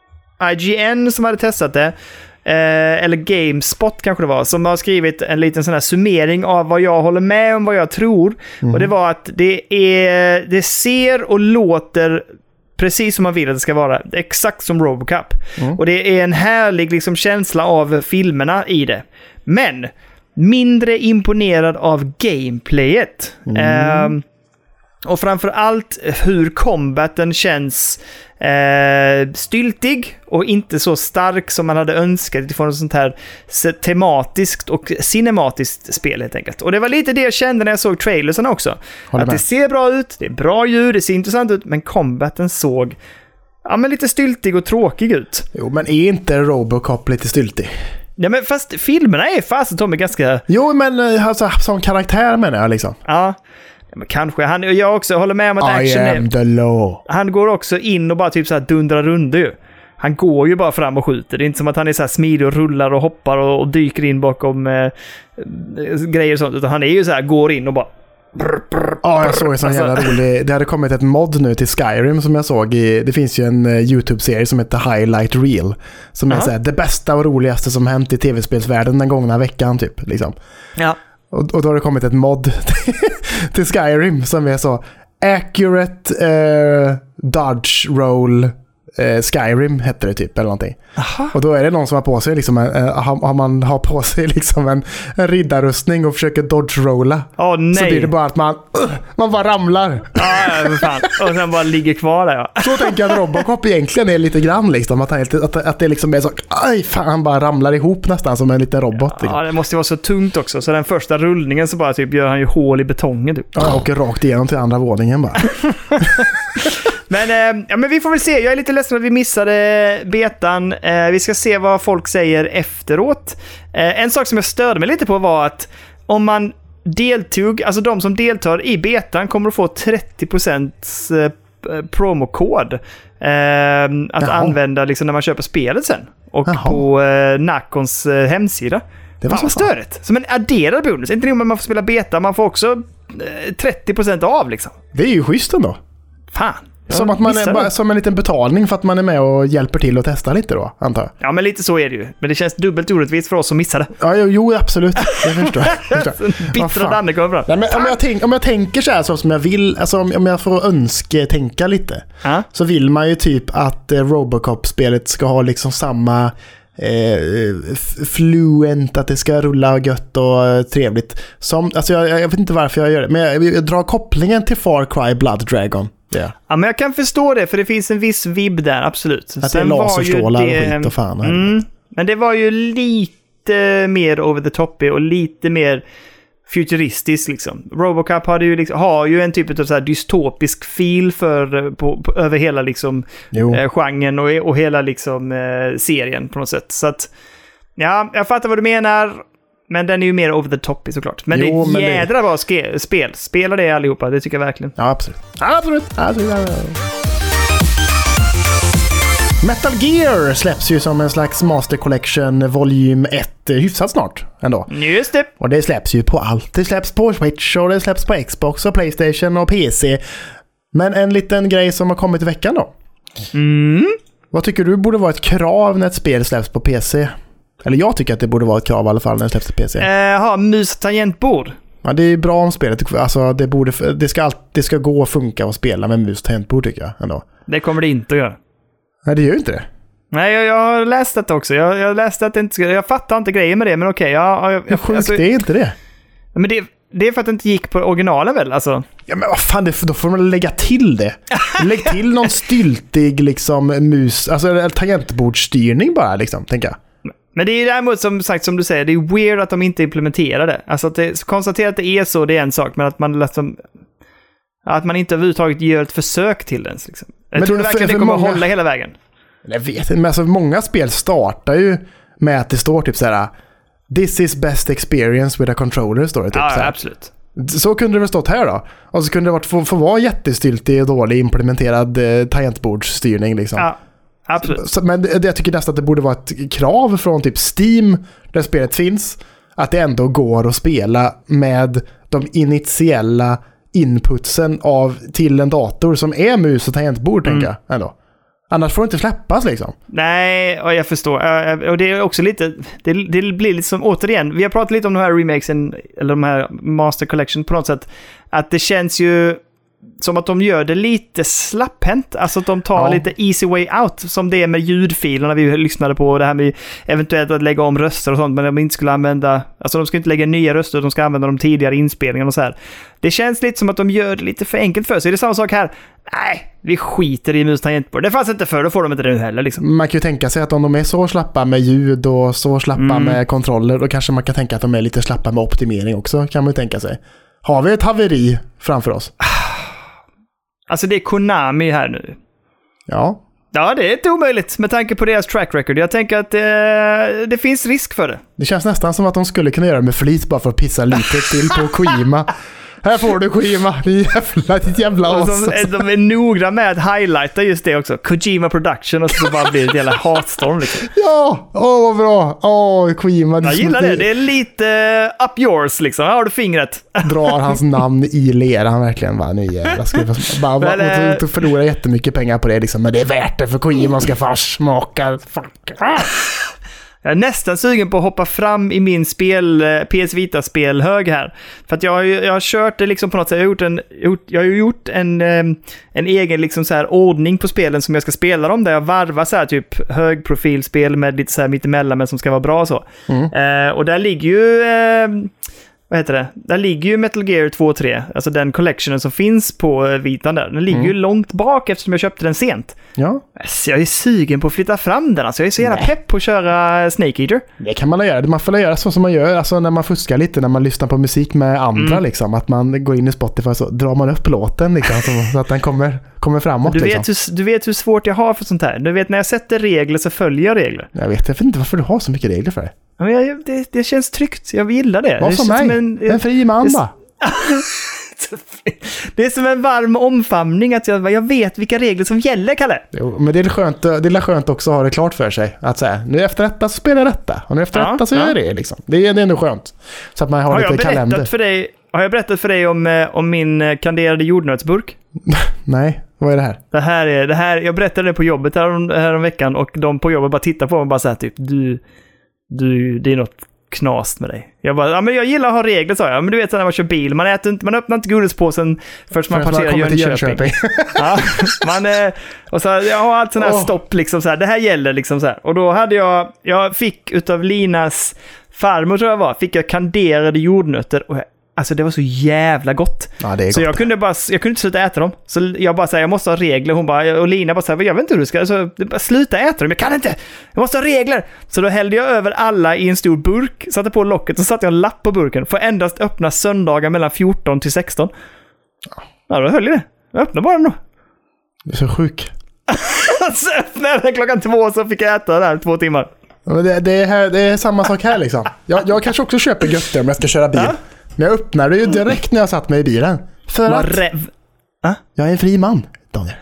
Speaker 3: IGN som hade testat det. Eller GameSpot kanske det var. Som har skrivit en liten sån här summering av vad jag håller med om, vad jag tror. Och det var att det ser och låter precis som man vill att det ska vara. Exakt som RoboCop. Och det är en härlig liksom, känsla av filmerna i det. Men mindre imponerad av gameplayet. Och framförallt hur combaten känns styltig och inte så stark som man hade önskat utifrån ett sånt här tematiskt och cinematiskt spel helt enkelt. Och det var lite det jag kände när jag såg trailersen också. Att det ser bra ut, det är bra ljud, det ser intressant ut, men combaten såg lite styltig och tråkig ut.
Speaker 2: Jo, men är inte RoboCop lite styltig?
Speaker 3: Ja, men fast filmerna är fast de är ganska...
Speaker 2: Jo, men alltså, som karaktär menar jag liksom.
Speaker 3: Ja. Men kanske. Jag också håller med om att action
Speaker 2: I am the law.
Speaker 3: Han går också in och bara typ så här dundrar runder ju. Han går ju bara fram och skjuter. Det är inte som att han är så här smidig och rullar och hoppar och dyker in bakom grejer och sånt. Utan han är ju så här, går in och bara...
Speaker 2: Ja, jag såg en sån jävla rolig... Det hade kommit ett mod nu till Skyrim som jag såg. Det finns ju en YouTube-serie som heter Highlight Reel. Som är så här, det bästa och roligaste som hänt i tv-spelsvärlden den gångna veckan typ. Liksom.
Speaker 3: Ja.
Speaker 2: Och då har det kommit ett mod till Skyrim som är så accurate dodge roll Skyrim hette det typ eller någonting. Aha. Och då är det någon som har på sig liksom man har på sig liksom en riddarrustning och försöker dodge-rolla. Så blir det bara att man bara ramlar.
Speaker 3: Ja, fan. Och sen bara ligger kvar där. Ja.
Speaker 2: Så tänker jag att RoboCop egentligen är lite grann liksom, att det liksom är så aj fan, han bara ramlar ihop nästan som en liten robot. Liksom.
Speaker 3: Ja, det måste ju vara så tungt också. Så den första rullningen så bara typ gör han ju hål i betongen typ.
Speaker 2: Ja, åker rakt igenom till andra våningen bara.
Speaker 3: Men vi får väl se. Jag är lite ledsen att vi missade betan. Vi ska se vad folk säger efteråt. En sak som jag störde mig lite på var att om man deltog, alltså de som deltar i betan kommer att få 30% promokod att använda liksom när man köper spelet sen. Och på Nacons hemsida. Det var så störigt. Som en adderad bonus. Inte nog med att man får spela beta, man får också 30% av liksom.
Speaker 2: Det är ju schysst ändå.
Speaker 3: Fan.
Speaker 2: Som att man är bara, som en liten betalning för att man är med och hjälper till att testa lite då, antar jag.
Speaker 3: Ja, men lite så är det ju. Men det känns dubbelt orättvist för oss som missade.
Speaker 2: Ja, jo, absolut. Jag förstår.
Speaker 3: Bittra Danne kommer fram.
Speaker 2: Ja, men om jag tänker så här så som jag vill, alltså om jag får önsketänka lite, så vill man ju typ att RoboCop-spelet ska ha liksom samma fluent, att det ska rulla gött och trevligt. Som, alltså jag vet inte varför jag gör det, men jag drar kopplingen till Far Cry Blood Dragon. Yeah. Ja,
Speaker 3: men jag kan förstå det, för det finns en viss vibb där, absolut.
Speaker 2: Att det är laserstrålar och skit och fan.
Speaker 3: Men det var ju lite mer over the top och lite mer futuristiskt liksom. RoboCop har ju en typ av så här dystopisk feel över hela liksom genren och hela liksom serien på något sätt. Så att ja, jag fattar vad du menar. Men den är ju mer over the top såklart. Men det är jädra bra spel. Spela det allihopa, det tycker jag verkligen.
Speaker 2: Ja, absolut. Metal Gear släpps ju som en slags Master Collection volym 1 hyfsat snart ändå.
Speaker 3: Just det.
Speaker 2: Och det släpps ju på allt. Det släpps på Switch och det släpps på Xbox och PlayStation och PC. Men en liten grej som har kommit i veckan då. Vad tycker du borde vara ett krav när ett spel släpps på PC? Eller jag tycker att det borde vara ett krav i alla fall när det släpps till PC.
Speaker 3: Mus- och tangentbord.
Speaker 1: Ja, det är bra om spelet. Alltså, det ska gå att funka och spela med mus och tangentbord tycker jag ändå.
Speaker 3: Det kommer det inte att göra.
Speaker 1: Nej, det gör ju inte det.
Speaker 3: Nej, jag har läst det också. Jag läste att det inte ska... Jag fattar inte grejer med det, men okej.
Speaker 1: Hur sjukt det är inte det?
Speaker 3: Men det är för att det inte gick på originalen väl? Alltså.
Speaker 1: Ja, men vad fan, då får man lägga till det. Lägg till någon styltig liksom mus... Alltså tangentbordsstyrning bara liksom, tänker jag.
Speaker 3: Men det är däremot som du säger, det är weird att de inte implementerar det. Alltså att konstatera att det är så, det är en sak, men att man inte överhuvudtaget gör ett försök till den. Liksom. Jag tror verkligen det kommer att hålla hela vägen.
Speaker 1: Jag vet inte, men alltså många spel startar ju med att det står typ såhär "This is best experience with a controller", står det typ
Speaker 3: ja,
Speaker 1: såhär.
Speaker 3: Absolut.
Speaker 1: Så kunde det väl stått här då. Och så kunde det varit få vara jättestyltig och dålig implementerad tangentbordsstyrning liksom.
Speaker 3: Ja. Absolut.
Speaker 1: Men jag tycker nästan att det borde vara ett krav från typ Steam, där spelet finns, att det ändå går att spela med de initiella inputsen till en dator som är mus och tangentbord, tänker jag ändå. Annars får det inte släppas liksom.
Speaker 3: Nej, och jag förstår. Och det är också lite... Det blir lite som... Återigen, vi har pratat lite om de här remakesen, eller de här Master Collection på något sätt. Att det känns ju som att de gör det lite slapphänt. Alltså att de tar lite easy way out, som det är med ljudfilerna vi lyssnade på. Det här med eventuellt att lägga om röster och sånt, men de inte skulle använda... Alltså de ska inte lägga nya röster, de ska använda de tidigare inspelningarna och så här. Det känns lite som att de gör det lite för enkelt för sig. Det är samma sak här. Nej, vi skiter i mus tangentbord. Det fanns inte för, då får de inte det nu heller liksom.
Speaker 1: Man kan ju tänka sig att om de är så slappa med ljud och så slappa med kontroller, då kanske man kan tänka att de är lite slappa med optimering också, kan man ju tänka sig. Har vi ett haveri framför oss?
Speaker 3: Alltså det är Konami här nu.
Speaker 1: Ja.
Speaker 3: Ja, det är inte omöjligt med tanke på deras track record. Jag tänker att det finns risk för det.
Speaker 1: Det känns nästan som att de skulle kunna göra det med flit bara för att pissa lite till på Kojima. Här får du Kojima, ditt jävla as.
Speaker 3: De är noga med att highlighta just det också. Kojima Production, och så bara blir det ett jävla hatstorm liksom.
Speaker 1: Ja, vad bra. Kojima.
Speaker 3: Jag gillar det. Det är lite up yours liksom. Här har du fingret.
Speaker 1: Drar hans namn i leran verkligen. Nu jävla ska bara förlora jättemycket pengar på det liksom. Men det är värt det för Kojima ska få smaka. Fuck.
Speaker 3: Jag är nästan sugen på att hoppa fram i min PS Vita-spelhög här. För att jag har kört det liksom på något sätt. Jag har gjort en egen liksom så här ordning på spelen som jag ska spela dem. Där jag varvar så här typ högprofilspel med lite så här mittemellan, men som ska vara bra så. Och där ligger ju... vad heter det? Där ligger ju Metal Gear 2 och 3. Alltså den collectionen som finns på Vitan där. Den ligger ju långt bak eftersom jag köpte den sent.
Speaker 1: Ja.
Speaker 3: Så jag är sugen på att flytta fram den. Alltså jag är så jävla pepp på att köra Snake Eater.
Speaker 1: Det kan man göra. Man får göra så som man gör. Alltså när man fuskar lite, när man lyssnar på musik med andra liksom. Att man går in i Spotify så drar man upp låten liksom, så att den kommer framåt.
Speaker 3: Du vet hur svårt jag har för sånt här. Du vet när jag sätter regler så följer jag regler.
Speaker 1: Jag vet inte varför du har så mycket regler för det.
Speaker 3: Men det känns tryggt. Jag gillar det.
Speaker 1: Vad som mig? En fri man va?
Speaker 3: Det är som en varm omfamning att jag vet vilka regler som gäller, Kalle.
Speaker 1: Jo, men det är skönt också att ha det klart för sig. Att säga, nu efter detta så spelar jag detta. Och nu efter detta så gör jag det liksom. Det är ändå skönt. Så att man har lite kalender.
Speaker 3: Har jag berättat för dig om min kanderade jordnötsburk?
Speaker 1: Nej, vad är det här?
Speaker 3: Det här jag berättade det på jobbet här om veckan, och de på jobbet bara tittar på mig och bara så här typ, det är något knast med dig. Jag bara, ja men jag gillar att ha regler, sa jag. Men du vet när man kör bil, man öppnar inte godispåsen först man passerar Jönköping. Ja, och så jag har allt sån här stopp liksom så här. Det här gäller liksom så här. Och då hade jag fick utav Linas farmor, tror jag fick jag kanderade jordnötter, och alltså det var så jävla gott.
Speaker 1: Ja, det är
Speaker 3: så
Speaker 1: gott.
Speaker 3: Jag kunde inte sluta äta dem. Så jag bara säger, jag måste ha regler. Och Lina bara säger, jag vet inte hur du ska. Alltså, sluta äta dem, jag kan inte. Jag måste ha regler. Så då hällde jag över alla i en stor burk, satte på locket och satte jag en lapp på burken. Får endast öppna söndagar mellan 14 till 16. Ja, då höll jag det. Jag öppnade bara den då.
Speaker 1: Du är så sjuk.
Speaker 3: Så öppnade jag klockan 2, så fick jag äta där 2 timmar.
Speaker 1: Det är samma sak här liksom. Jag kanske också köper götter om jag ska köra bil. Ja. Men jag öppnade ju direkt när jag satt mig i bilen. För att jag är en fri man, Daniel.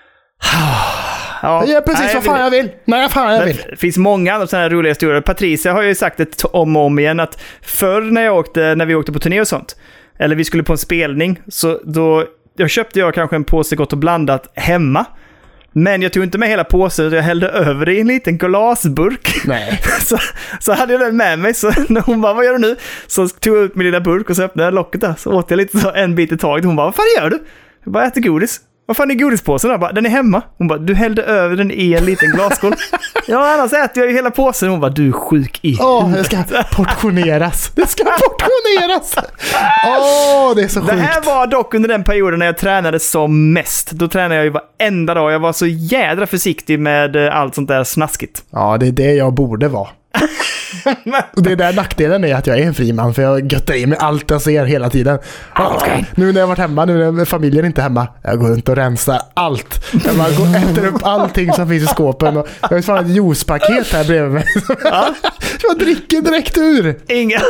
Speaker 1: Jag gör precis vad fan jag vill. Nej, fan jag vill.
Speaker 3: Det finns många andra sådana här roliga historier. Patricia har ju sagt det om och om igen, att förr när vi åkte på turné och sånt, eller vi skulle på en spelning, så då köpte jag kanske en påse Gott och blandat hemma. Men jag tog inte med hela påsen, utan jag hällde över det i en liten glasburk.
Speaker 2: Nej.
Speaker 3: så hade jag den med mig, så när hon bara, vad gör du nu? Så tog jag ut min lilla burk och så öppnade jag locket där. Så åt jag lite så en bit i taget. Hon bara, vad fan gör du? Jag bara, äter godis. Vad fan är godispåsen? Jag bara, den är hemma. Hon bara, du hällde över den i en liten glasskål. Ja, annars äter jag ju hela påsen. Hon bara, du är sjuk i
Speaker 2: det ska portioneras. Det ska portioneras. Det är så sjukt.
Speaker 3: Det här var dock under den perioden när jag tränade som mest. Då tränade jag ju varenda dag. Jag var så jädra försiktig med allt sånt där snaskigt.
Speaker 2: Ja, det är det jag borde vara. Och det är där nackdelen är att jag är en fri man, för jag göttar i mig allt jag ser hela tiden. Nu när jag varit hemma, nu när familjen inte är hemma, jag går runt och rensar allt. Jag bara går och äter upp allting som finns i skåpen. Och jag har fan ett juicepaket här bredvid mig. Jag dricker direkt ur.
Speaker 3: Inga.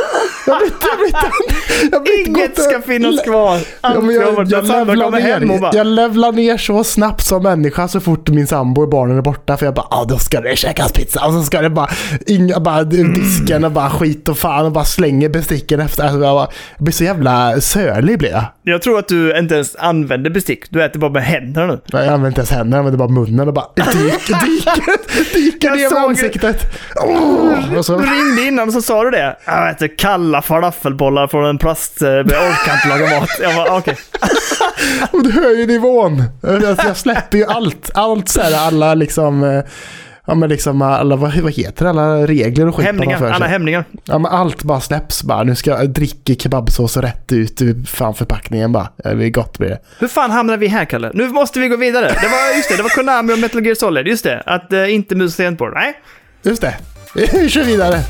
Speaker 3: Inget
Speaker 2: ska
Speaker 3: finnas kvar.
Speaker 2: Jag levlar ner så snabbt som människa så fort min sambo och barnen är borta, för jag bara, då ska det käkas pizza, och så ska det bara disken och bara skit och fan och bara slänger besticken efter. Alltså jag blir så jävla sörlig blir jag.
Speaker 3: Jag tror att du inte ens använder bestick. Du äter bara med händerna nu.
Speaker 2: Nej, jag använder inte ens händerna, jag använder bara munnen och bara dyker ner i ansiktet.
Speaker 3: Och så. Du ringde innan och så sa du det. Jag äter kalla falafelbollar från en plast. Jag orkar inte laga mat. Jag var okej.
Speaker 2: Och du hör ju nivån. Jag släpper ju allt så här, alla liksom... Ja, men liksom alla, vad heter det? Alla regler och skit.
Speaker 3: Alla hämningar.
Speaker 2: Ja, men allt bara släpps bara. Nu ska jag dricka kebabsås och rätt ut ur fan förpackningen bara. Det är gott blir det.
Speaker 3: Hur fan hamnar vi här, Kalle? Nu måste vi gå vidare. Det var Konami och Metal Gear Solid. Just det. Att inte musa på det. Nej.
Speaker 2: Just det. Vi kör vidare.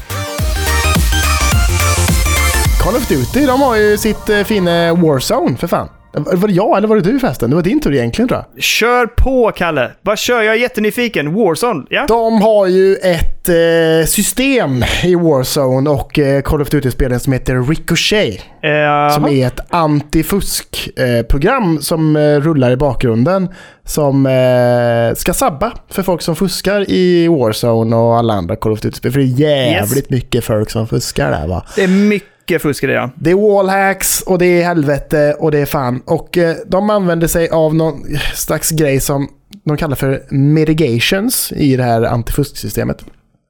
Speaker 2: Call of Duty, de har ju sitt fina Warzone för fan. Var det jag eller var det du förresten? Det var din tur egentligen, tror jag.
Speaker 3: Kör på, Kalle. Bara kör, jag är jättenyfiken. Warzone, ja?
Speaker 2: De har ju ett system i Warzone och Call of Duty-spelen som heter Ricochet. Som är ett antifusk-program som rullar i bakgrunden. Som ska sabba för folk som fuskar i Warzone och alla andra Call of Duty-spel. För det är jävligt mycket folk som fuskar där, va?
Speaker 3: Det är mycket fuskar det, ja.
Speaker 2: Det är wallhacks och det är helvete och det är fan. Och de använder sig av någon slags grej som de kallar för mitigations i det här antifusksystemet.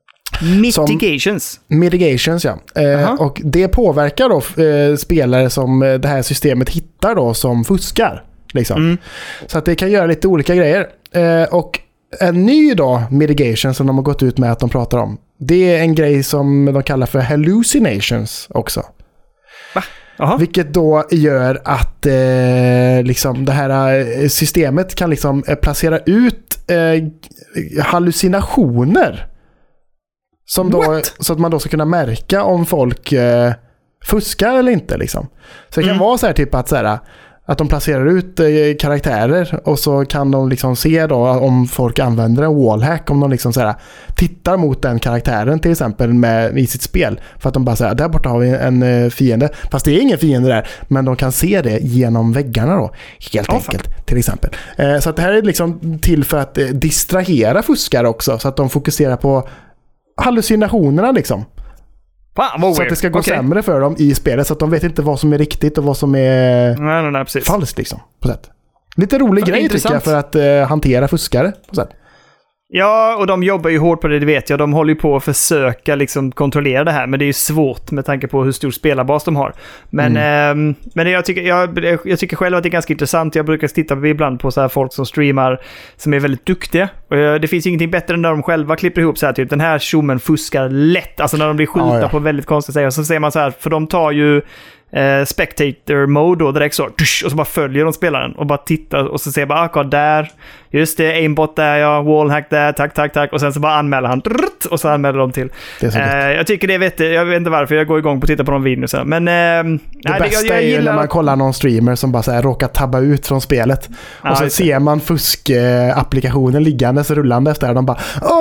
Speaker 2: Mitigations, ja. Och det påverkar då spelare som det här systemet hittar då som fuskar. Liksom. Så att det kan göra lite olika grejer. Och en ny då mitigation som de har gått ut med att de pratar om, det är en grej som de kallar för hallucinations också.
Speaker 3: Va?
Speaker 2: Vilket då gör att liksom det här systemet kan liksom placera ut hallucinationer som då, så att man då ska kunna märka om folk fuskar eller inte liksom. Så det kan vara så här typ att så här, att de placerar ut karaktärer och så kan de liksom se då om folk använder en wallhack, om de liksom så här, tittar mot den karaktären till exempel i sitt spel, för att de bara säger där borta har vi en fiende, fast det är ingen fiende där, men de kan se det genom väggarna då, helt enkelt till exempel. Så att det här är liksom till för att distrahera fuskare också, så att de fokuserar på hallucinationerna liksom. Så att det ska gå sämre för dem i spelet, så att de vet inte vad som är riktigt och vad som är falskt liksom, på sätt. Lite rolig grej tycker jag för att hantera fuskare på sätt.
Speaker 3: Ja, och de jobbar ju hårt på det vet jag. De håller ju på att försöka liksom kontrollera det här, men det är ju svårt med tanke på hur stor spelarbas de har. Men, men jag tycker själv att det är ganska intressant. Jag brukar titta ibland på så här folk som streamar som är väldigt duktiga. Och det finns ingenting bättre än när de själva klipper ihop så här typ, den här tjommen fuskar lätt. Alltså när de blir skjuta på väldigt konstiga sätt. Och så säger man så här, för de tar ju spectator mode då direkt så, och så bara följer de spelaren och bara tittar och så ser bara där, just det, aimbot där, ja, wallhack där, tack, och sen så bara anmäler han och så anmäler de till. Jag tycker det är vettigt, jag vet inte varför, jag går igång på att titta på de videorna, men
Speaker 2: det bästa är ju när man kollar någon streamer som bara så här råkar tabba ut från spelet och så ser man fusk-applikationen liggandes rullande efter, de bara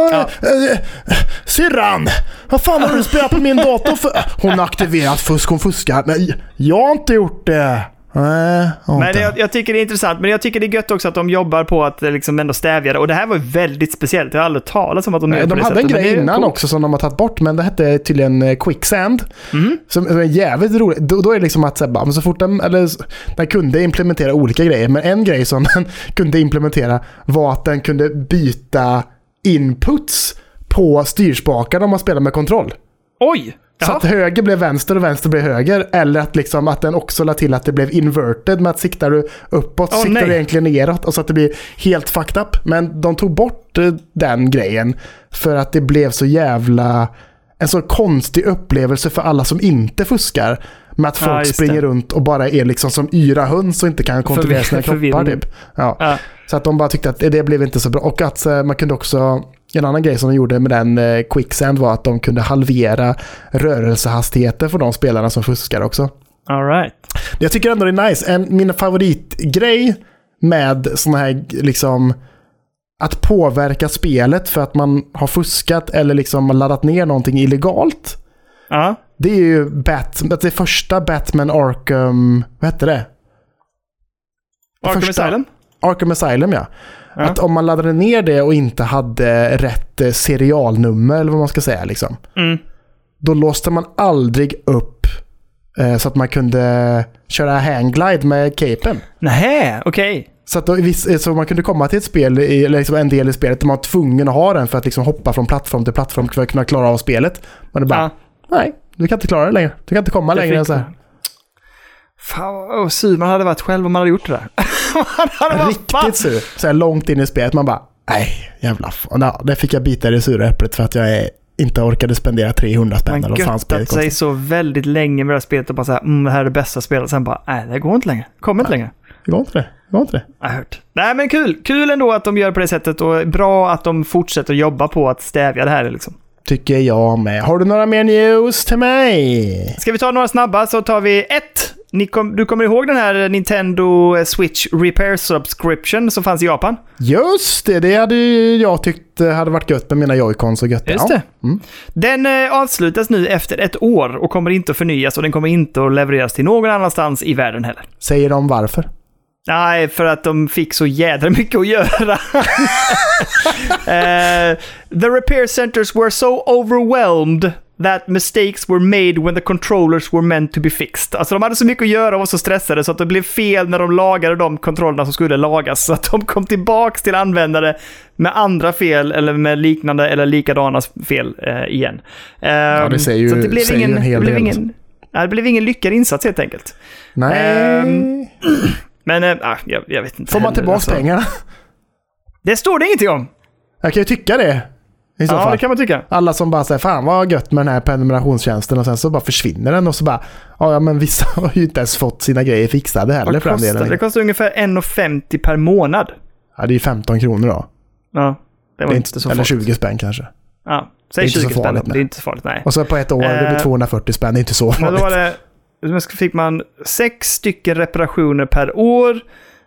Speaker 2: syrran, vad fan har du spelat på min dator för? Hon har aktiverat fusk, hon fuskar. Men jag har inte gjort det.
Speaker 3: Men jag tycker det är intressant, men jag tycker det är gött också att de jobbar på att liksom ändå stävja det. Och det här var ju väldigt speciellt. Jag har aldrig talat om att de gör på det
Speaker 2: hade
Speaker 3: sättet.
Speaker 2: En grej innan också som de har tagit bort, men det hette tydligen Quicksand. Som är jävligt roligt. Då är det liksom att så fort den kunde implementera olika grejer, men en grej som den kunde implementera var att den kunde byta inputs på styrspakarna om man spelar med kontroll.
Speaker 3: Oj!
Speaker 2: Så att höger blev vänster och vänster blev höger. Eller att, liksom, att den också la till att det blev inverted med att siktar du uppåt siktar du egentligen neråt. Och så att det blir helt fucked up. Men de tog bort den grejen för att det blev så jävla... En så konstig upplevelse för alla som inte fuskar. Med att folk springer runt och bara är liksom som yra höns och inte kan kontrollera sina kroppar. Typ. Ja. Så att de bara tyckte att det blev inte så bra. Och att man kunde också... En annan grej som de gjorde med den Quicksand var att de kunde halvera rörelsehastigheter för de spelarna som fuskar också.
Speaker 3: All right.
Speaker 2: Jag tycker ändå det är nice. Min favoritgrej med såna här liksom att påverka spelet för att man har fuskat eller liksom laddat ner någonting illegalt. Det är ju det första Batman Arkham, vad heter det? Arkham Asylum, ja. Att om man laddade ner det och inte hade rätt serialnummer eller vad man ska säga liksom. Då låste man aldrig upp så att man kunde köra hangglide med capen.
Speaker 3: Nej, okej.
Speaker 2: Så att så man kunde komma till ett spel eller liksom en del i spelet där man var tvungen att ha den för att liksom hoppa från plattform till plattform för att kunna klara av spelet. Men det bara, nej, du kan inte klara det längre. Du kan inte komma längre än så här.
Speaker 3: Fan, sur man hade varit själv om man hade gjort det där.
Speaker 2: Riktigt sur. Så här långt in i spelet man bara, nej, jävla fan. Där fick jag bita i det sura äpplet för att jag inte orkade spendera 300 spänn.
Speaker 3: Man göttat sig så väldigt länge med det här spelet och bara såhär, det här är det bästa spelet. Sen bara, nej, det går inte längre. Kommer inte längre.
Speaker 2: Det går inte det.
Speaker 3: Jag har hört. Nej, men kul ändå att de gör på det sättet och bra att de fortsätter jobba på att stävja det här liksom.
Speaker 2: Tycker jag med. Har du några mer news till mig?
Speaker 3: Ska vi ta några snabba så tar vi ett. Du kommer ihåg den här Nintendo Switch Repair Subscription som fanns i Japan?
Speaker 2: Just det hade jag tyckt hade varit gött med mina Joy-Cons och gött.
Speaker 3: Just det. Den avslutas nu efter 1 år och kommer inte att förnyas och den kommer inte att levereras till någon annanstans i världen heller.
Speaker 2: Säger de varför?
Speaker 3: Nej, för att de fick så jädra mycket att göra. The repair centers were so overwhelmed that mistakes were made when the controllers were meant to be fixed. Alltså de hade så mycket att göra och var så stressade så att det blev fel när de lagade de kontrollerna som skulle lagas. Så att de kom tillbaks till användare med andra fel eller med liknande eller likadana fel igen.
Speaker 2: Ja, det säger ju, så det blev en hel del.
Speaker 3: Det blev ingen lyckad insats helt enkelt.
Speaker 2: Nej.
Speaker 3: Men jag vet inte.
Speaker 2: Får man tillbaka pengarna?
Speaker 3: Det står det ingenting om.
Speaker 2: Jag kan ju tycka det.
Speaker 3: Ja, det kan man tycka.
Speaker 2: Alla som bara säger, fan vad gött med den här prenumerationstjänsten och sen så bara försvinner den och så bara, ja men vissa har ju inte ens fått sina grejer fixade heller för den delen.
Speaker 3: Det kostar ungefär 1,50 per månad.
Speaker 2: Ja, det är 15 kronor då.
Speaker 3: Ja, det var inte så
Speaker 2: eller
Speaker 3: farligt.
Speaker 2: 20 spänn kanske.
Speaker 3: Ja, säg 20 spänn. Det är inte så farligt, nej.
Speaker 2: Och så på 1 år, det blir 240 spänn, det är inte så farligt.
Speaker 3: Men då var det, fick man 6 stycken reparationer per år.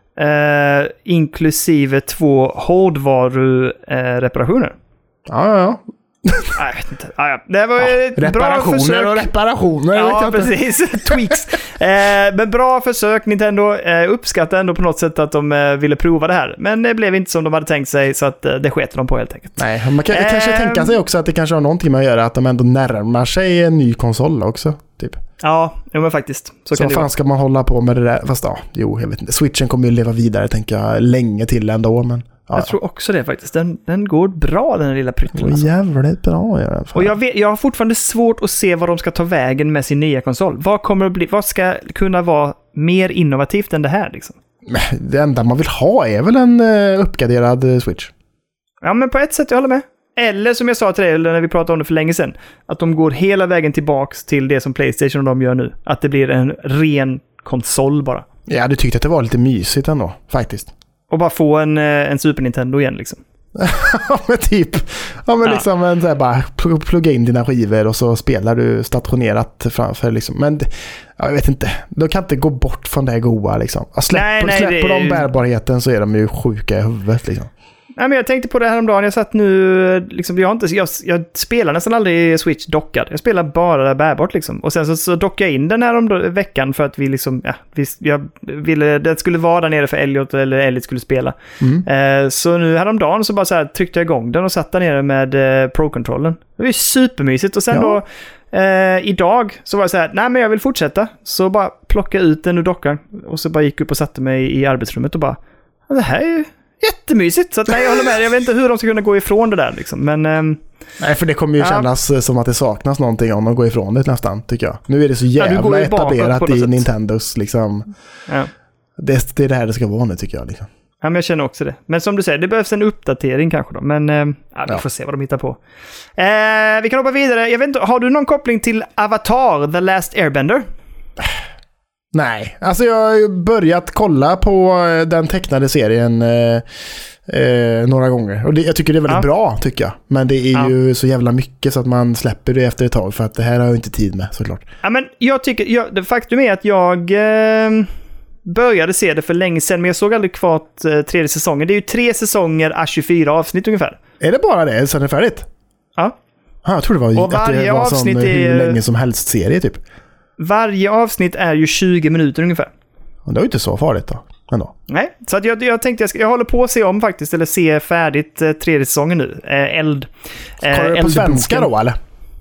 Speaker 3: Inklusive 2 hårdvarureparationer.
Speaker 2: Ja.
Speaker 3: Jag vet inte. Det var ett bra försök.
Speaker 2: Reparationer.
Speaker 3: Ja, precis. Tweaks. Men bra försök, Nintendo. Uppskattar ändå på något sätt att de ville prova det här. Men det blev inte som de hade tänkt sig, så att det sket de på helt enkelt.
Speaker 2: Nej, man kan kanske tänka sig också att det kanske har någonting med att göra att de ändå närmar sig en ny konsol också, typ.
Speaker 3: Ja, men faktiskt. Så kan
Speaker 2: vad fan ska man hålla på med det där? Fast jag vet inte. Switchen kommer ju leva vidare, tänker jag, länge till ändå, men...
Speaker 3: Jag tror också det faktiskt. Den går bra, den lilla prytten.
Speaker 2: Alltså. Jävligt bra i alla fall.
Speaker 3: Och jag har fortfarande svårt att se vad de ska ta vägen med sin nya konsol. Vad ska kunna vara mer innovativt än det här liksom?
Speaker 2: Det enda man vill ha är väl en uppgraderad Switch.
Speaker 3: Ja, men på ett sätt jag håller med. Eller som jag sa till dig när vi pratade om det för länge sedan, att de går hela vägen tillbaks till det som PlayStation och de gör nu. Att det blir en ren konsol bara.
Speaker 2: Ja, du tyckte att det var lite mysigt ändå, faktiskt.
Speaker 3: Och bara få en Super Nintendo igen liksom.
Speaker 2: Ja, men typ. Ja, men liksom en sån bara plugga in dina skivor och så spelar du stationerat framför liksom. Men jag vet inte. De kan inte gå bort från det goa liksom. Släpper de bärbarheten så är de ju sjuka i huvudet liksom.
Speaker 3: Nej, men jag tänkte på det här om dagen. Jag satt nu, liksom, jag spelar nästan aldrig Switch dockad. Jag spelar bara bärbart liksom. Och sen så dockade jag in den här om veckan för att vi liksom, jag ville, den skulle vara där nere för Elliot eller Elliot skulle spela. Så nu häromdagen så bara så här tryckte jag igång den och satt där nere med Pro-kontrollen. Det var ju supermysigt. Och sen då idag så var jag så här, nej men jag vill fortsätta. Så bara plocka ut den ur dockan och så bara gick upp och satte mig i arbetsrummet och bara, det här är ju jättemysigt. Så att, nej, jag håller med. Jag vet inte hur de ska kunna gå ifrån det där liksom. Men,
Speaker 1: nej, för det kommer ju kännas som att det saknas någonting om de går ifrån det nästan, tycker jag. Nu är det så jävla etablerat i Nintendos liksom.
Speaker 2: Ja.
Speaker 1: Det är det här det ska vara nu, tycker jag liksom.
Speaker 3: Ja, men jag känner också det. Men som du säger, det behövs en uppdatering kanske då. Men vi får se vad de hittar på. Vi kan hoppa vidare. Jag vet inte, har du någon koppling till Avatar, The Last Airbender?
Speaker 1: Nej, alltså jag har ju börjat kolla på den tecknade serien några gånger. Och jag tycker det är väldigt bra, tycker jag. Men det är ju så jävla mycket så att man släpper det efter ett tag. För att det här har jag inte tid med, såklart.
Speaker 3: Ja, men jag tycker, det faktum är att jag började se det för länge sedan. Men jag såg aldrig klart 3:e säsongen. Det är ju 3 säsonger, 24 avsnitt ungefär.
Speaker 1: Är det bara det? Sen är det färdigt?
Speaker 3: Ja.
Speaker 1: Jag tror det var att det var sån hur länge som helst serie, typ. Varje
Speaker 3: avsnitt är ju 20 minuter ungefär.
Speaker 1: Det är ju inte så farligt då. Ändå.
Speaker 3: Nej, så att jag tänkte jag håller på att se om faktiskt, eller se färdigt 3:e säsongen nu. Eld.
Speaker 1: Kollar du på svenska då, eller?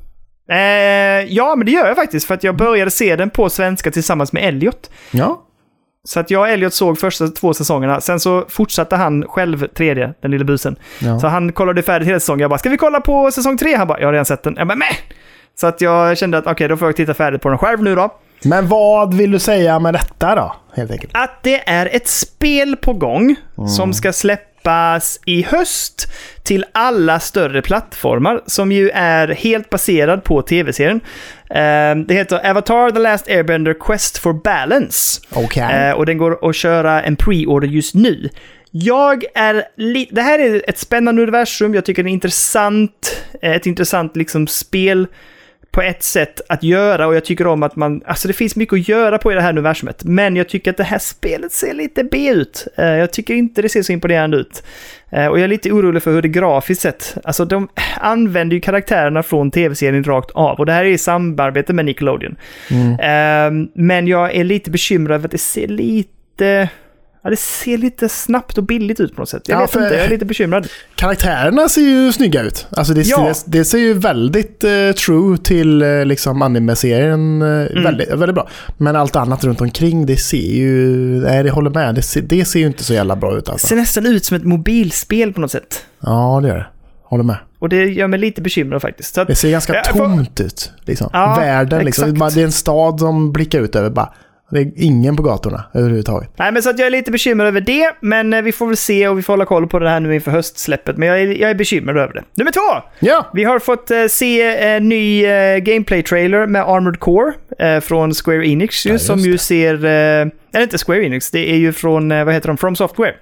Speaker 3: Ja, men det gör jag faktiskt. För att jag började se den på svenska tillsammans med Elliot.
Speaker 1: Ja.
Speaker 3: Så att jag och Elliot såg första 2 säsongerna. Sen så fortsatte han själv 3:e, den lilla busen. Ja. Så han kollade färdigt hela säsongen. Jag bara, ska vi kolla på säsong 3? Han bara, jag har redan sett den. Jag bara, nej. Så att jag kände att okej, då får jag titta färdigt på den själv nu då.
Speaker 1: Men vad vill du säga med detta då, helt enkelt?
Speaker 3: Att det är ett spel på gång som ska släppas i höst till alla större plattformar, som ju är helt baserad på tv-serien. Det heter Avatar The Last Airbender Quest for Balance.
Speaker 1: Okay.
Speaker 3: Och den går att köra en pre-order just nu. Det här är ett spännande universum. Jag tycker det är ett intressant liksom spel på ett sätt att göra, och jag tycker om att det finns mycket att göra på i det här universumet, men jag tycker att det här spelet ser lite B ut. Jag tycker inte det ser så imponerande ut. Och jag är lite orolig för hur det grafiskt sett, alltså de använder ju karaktärerna från tv-serien rakt av, och det här är i samarbete med Nickelodeon. Men jag är lite bekymrad över att det ser lite snabbt och billigt ut på något sätt. Jag vet inte, jag är lite bekymrad.
Speaker 1: Karaktärerna ser ju snygga ut. Alltså det ser ju väldigt true till liksom anime-serien. Väldigt, väldigt bra. Men allt annat runt omkring, det ser ju... Nej, det håller med. Det ser ju inte så jävla bra ut. Alltså.
Speaker 3: Det ser nästan ut som ett mobilspel på något sätt.
Speaker 1: Ja, det gör det. Håller med.
Speaker 3: Och det gör mig lite bekymrad faktiskt. Så att,
Speaker 1: det ser ganska tomt ut. Liksom. Ja, världen, liksom. Det är en stad som blickar ut över bara... Det är ingen på gatorna överhuvudtaget.
Speaker 3: Nej, men så att jag är lite bekymrad över det. Men vi får väl se, och vi får hålla koll på det här nu inför höstsläppet. Men jag är bekymrad över det. Nummer 2!
Speaker 1: Ja.
Speaker 3: Vi har fått se en ny gameplay-trailer med Armored Core från Square Enix. Som ju ser... Eller inte Square Enix, det är ju från, vad heter de? From Software.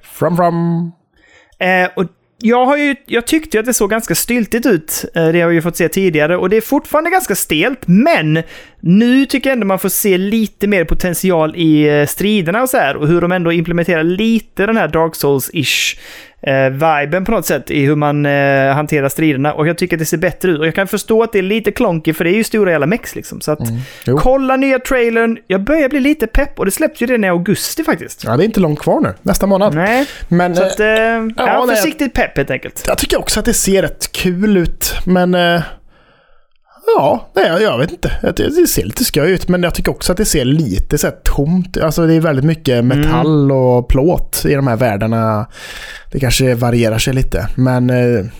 Speaker 3: Och jag tyckte ju att det såg ganska styltigt ut. Det har vi ju fått se tidigare. Och det är fortfarande ganska stelt. Men nu tycker jag ändå man får se lite mer potential i striderna och så här. Och hur de ändå implementerar lite den här Dark Souls-ish viben på något sätt i hur man hanterar striderna. Och jag tycker att det ser bättre ut. Och jag kan förstå att det är lite klonky, för det är ju stora jävla mex liksom. Så att kolla nya trailern. Jag börjar bli lite pepp, och det släpps ju redan i augusti faktiskt.
Speaker 1: Ja, det är inte långt kvar nu. Nästa månad.
Speaker 3: Nej, men så att, försiktigt pepp helt enkelt.
Speaker 1: Jag tycker också att det ser rätt kul ut, men jag vet inte. Det ser lite skoj ut, men jag tycker också att det ser lite så här tomt. Alltså det är väldigt mycket metall och plåt i de här världarna. Det kanske varierar sig lite, men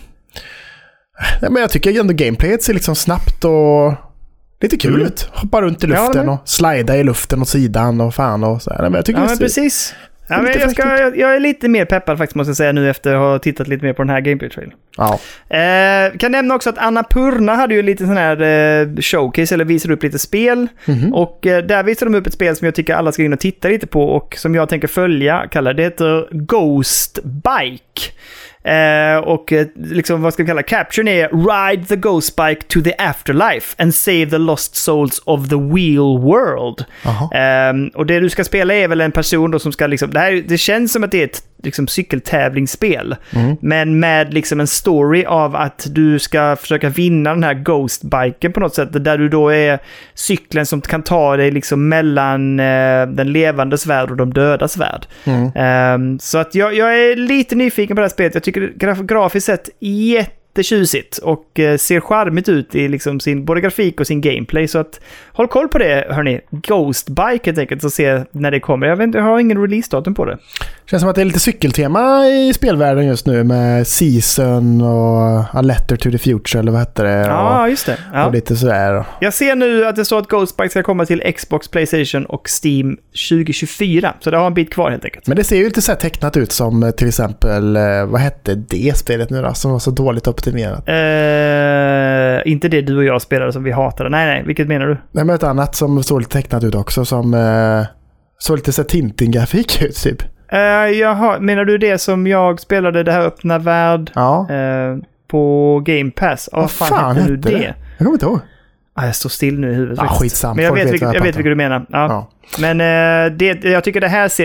Speaker 1: jag tycker ändå gameplayet ser liksom snabbt och lite kul ut. Hoppa runt i luften och slida i luften åt sidan och fan och så här. Men jag tycker
Speaker 3: men precis. Ja, men jag är lite mer peppad faktiskt, måste jag säga, nu efter att ha tittat lite mer på den här gameplay-trailen.
Speaker 1: Ja.
Speaker 3: Kan nämna också att Annapurna hade ju lite sån här showcase, eller visade upp lite spel. Och där visade de upp ett spel som jag tycker alla ska in och titta lite på, och som jag tänker följa, det heter Ghost Bike. Och liksom, vad ska vi kalla caption är Ride the Ghost Bike to the afterlife and save the lost souls of the real world. Och det du ska spela är väl en person då som ska liksom, det känns som att det är ett liksom cykeltävlingsspel. Men med liksom en story av att du ska försöka vinna den här Ghostbiken på något sätt, där du då är cykeln som kan ta dig liksom mellan den levandes värld och de dödas värld. Så att jag är lite nyfiken på det här spelet. Jag tycker grafiskt sett jättetjusigt och ser charmigt ut i liksom sin både grafik och sin gameplay, så att håll koll på det, hörni. Ghostbike helt enkelt, så se när det kommer. Jag har ingen release-datum på det.
Speaker 2: Känns som att det är lite cykeltema i spelvärlden just nu med Season och A Letter to the Future, eller vad heter det?
Speaker 3: Ja, just det. Ja.
Speaker 2: Och lite sådär.
Speaker 3: Jag ser nu att det står att Ghostbike ska komma till Xbox, PlayStation och Steam 2024, så det har en bit kvar helt enkelt.
Speaker 2: Men det ser ju inte så här tecknat ut som till exempel, vad hette det spelet nu då, som var så dåligt optimerat?
Speaker 3: Inte det du och jag spelade som vi hatade. Nej, vilket menar du?
Speaker 2: Nej, men ett annat som såg lite tecknat ut också, som såg lite så Tintin-grafik ut typ.
Speaker 3: Menar du det som jag spelade, det här öppna värld på Game Pass?
Speaker 2: Vad fan hette det? Jag kommer inte ihåg.
Speaker 3: Jag står still nu i huvudet.
Speaker 2: Skitsamt.
Speaker 3: Men jag vet vilket du menar. Ja. Men jag tycker det här ser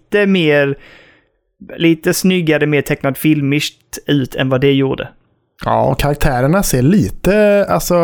Speaker 3: lite snyggare, mer tecknat filmiskt ut än vad det gjorde.
Speaker 2: Ja, och karaktärerna ser lite,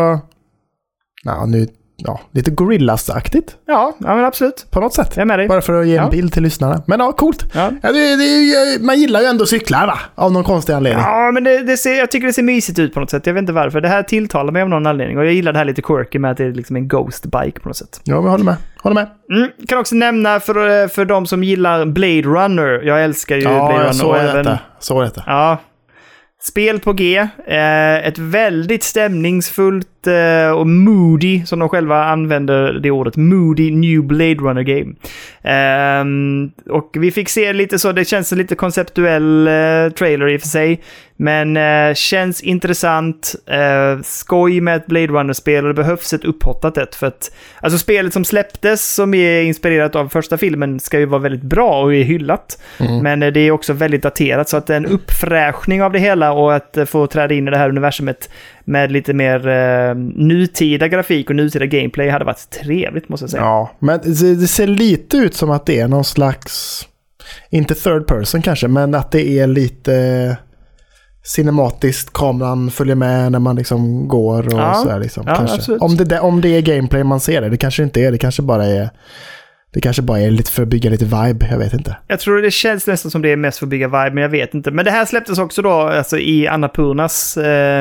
Speaker 2: lite Gorillaz-aktigt.
Speaker 3: Ja, men absolut.
Speaker 2: På något sätt.
Speaker 3: Jag är med dig.
Speaker 2: Bara för att ge en bild till lyssnarna. Men ja, coolt. Ja. Man gillar ju ändå cyklar, va? Av någon konstig anledning.
Speaker 3: Ja, men jag tycker det ser mysigt ut på något sätt. Jag vet inte varför. Det här tilltalar mig av någon anledning. Och jag gillar det här lite quirky med att det är liksom en Ghostbike på något sätt.
Speaker 2: Ja, men håller med.
Speaker 3: Kan också nämna för de som gillar Blade Runner. Jag älskar ju Blade Runner.
Speaker 2: Så detta.
Speaker 3: Ja. Spel på G, ett väldigt stämningsfullt och moody, som de själva använder det ordet, moody new Blade Runner game. Och vi fick se lite så, det känns en lite konceptuell trailer i och för sig, men känns intressant, skoj med ett Blade Runner-spel, och det behövs ett upphottat ett, för att alltså spelet som släpptes, som är inspirerat av första filmen, ska ju vara väldigt bra och är hyllat, men det är också väldigt daterat, så att en uppfräschning av det hela och att få träda in i det här universumet med lite mer nutida grafik och nutida gameplay hade varit trevligt, måste jag säga.
Speaker 2: Ja, men det ser lite ut som att det är någon slags, inte third person kanske, men att det är lite cinematiskt, kameran följer med när man liksom går och så här liksom, kanske. Om det är gameplay man ser det kanske inte är, det kanske bara är lite för att bygga lite vibe, jag vet inte.
Speaker 3: Jag tror det känns nästan som det är mest för att bygga vibe, men jag vet inte. Men det här släpptes också då alltså i Annapurnas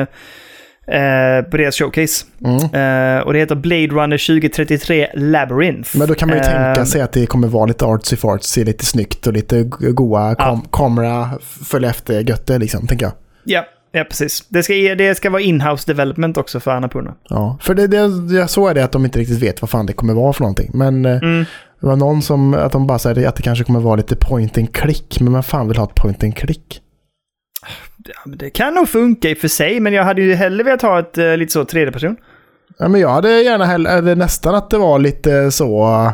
Speaker 3: på deras showcase. Och det heter Blade Runner 2033 Labyrinth.
Speaker 2: Men då kan man ju tänka sig att det kommer vara lite artsy-fartsy, lite snyggt och lite goa kamera följa efter götte liksom, tänker jag.
Speaker 3: Ja, precis. Det ska vara in-house development också för Annapurna.
Speaker 2: Ja, för jag såg det att de inte riktigt vet vad fan det kommer vara för någonting. Men det var någon som, att de bara säger att det kanske kommer vara lite point and click. Men man fan vill ha ett point and click?
Speaker 3: Det kan nog funka i och för sig, men jag hade ju hellre velat ha ett lite så 3D-person.
Speaker 2: Ja, men jag hade gärna nästan att det var lite så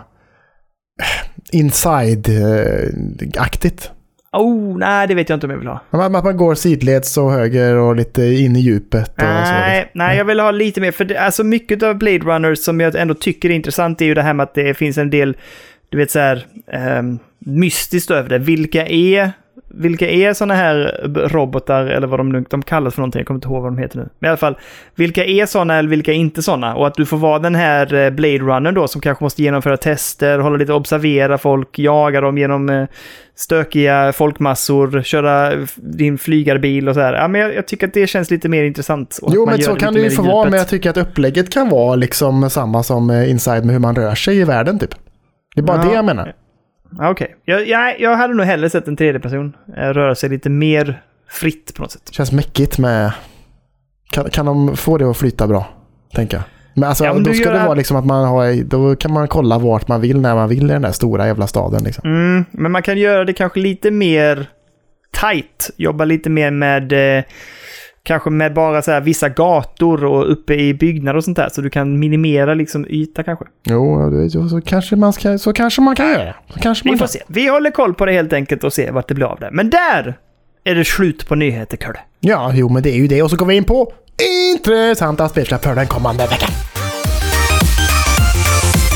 Speaker 2: inside-aktigt.
Speaker 3: Nej, det vet jag inte om jag vill ha.
Speaker 2: Att man går sidleds och höger och lite in i djupet.
Speaker 3: Nej, jag vill ha lite mer. För alltså mycket av Blade Runner som jag ändå tycker är intressant är ju det här med att det finns en del, du vet så här, mystiskt över det. Vilka är såna här robotar, eller vad de kallas för någonting, jag kommer inte ihåg vad de heter nu. Men i alla fall, vilka är såna eller vilka är inte såna? Och att du får vara den här Blade Runner då, som kanske måste genomföra tester, hålla lite, observera folk, jaga dem genom stökiga folkmassor, köra din flygarbil och så här. Ja, men jag tycker att det känns lite mer intressant.
Speaker 2: Jo, men så kan det ju få vara, men jag tycker att upplägget kan vara liksom samma som Inside med hur man rör sig i världen typ. Det är bara det jag menar.
Speaker 3: Okej. Jag hade nog hellre sett en 3D-person röra sig lite mer fritt på något sätt.
Speaker 2: Känns mäckigt med... Kan de få det att flyta bra, tänker jag. Men alltså, då ska det vara liksom att man har... Då kan man kolla vart man vill när man vill i den där stora jävla staden. Liksom.
Speaker 3: Men man kan göra det kanske lite mer tight. Jobba lite mer med... kanske med bara så här vissa gator och uppe i byggnader och sånt där, så du kan minimera liksom yta kanske.
Speaker 2: Jo, så kanske man kan göra.
Speaker 3: Vi får se. Vi håller koll på det helt enkelt och ser vart det blir av det. Men där är det slut på nyheter, Curly.
Speaker 2: Ja, jo, men det är ju det. Och så går vi in på intressanta spelsläpp för den kommande veckan.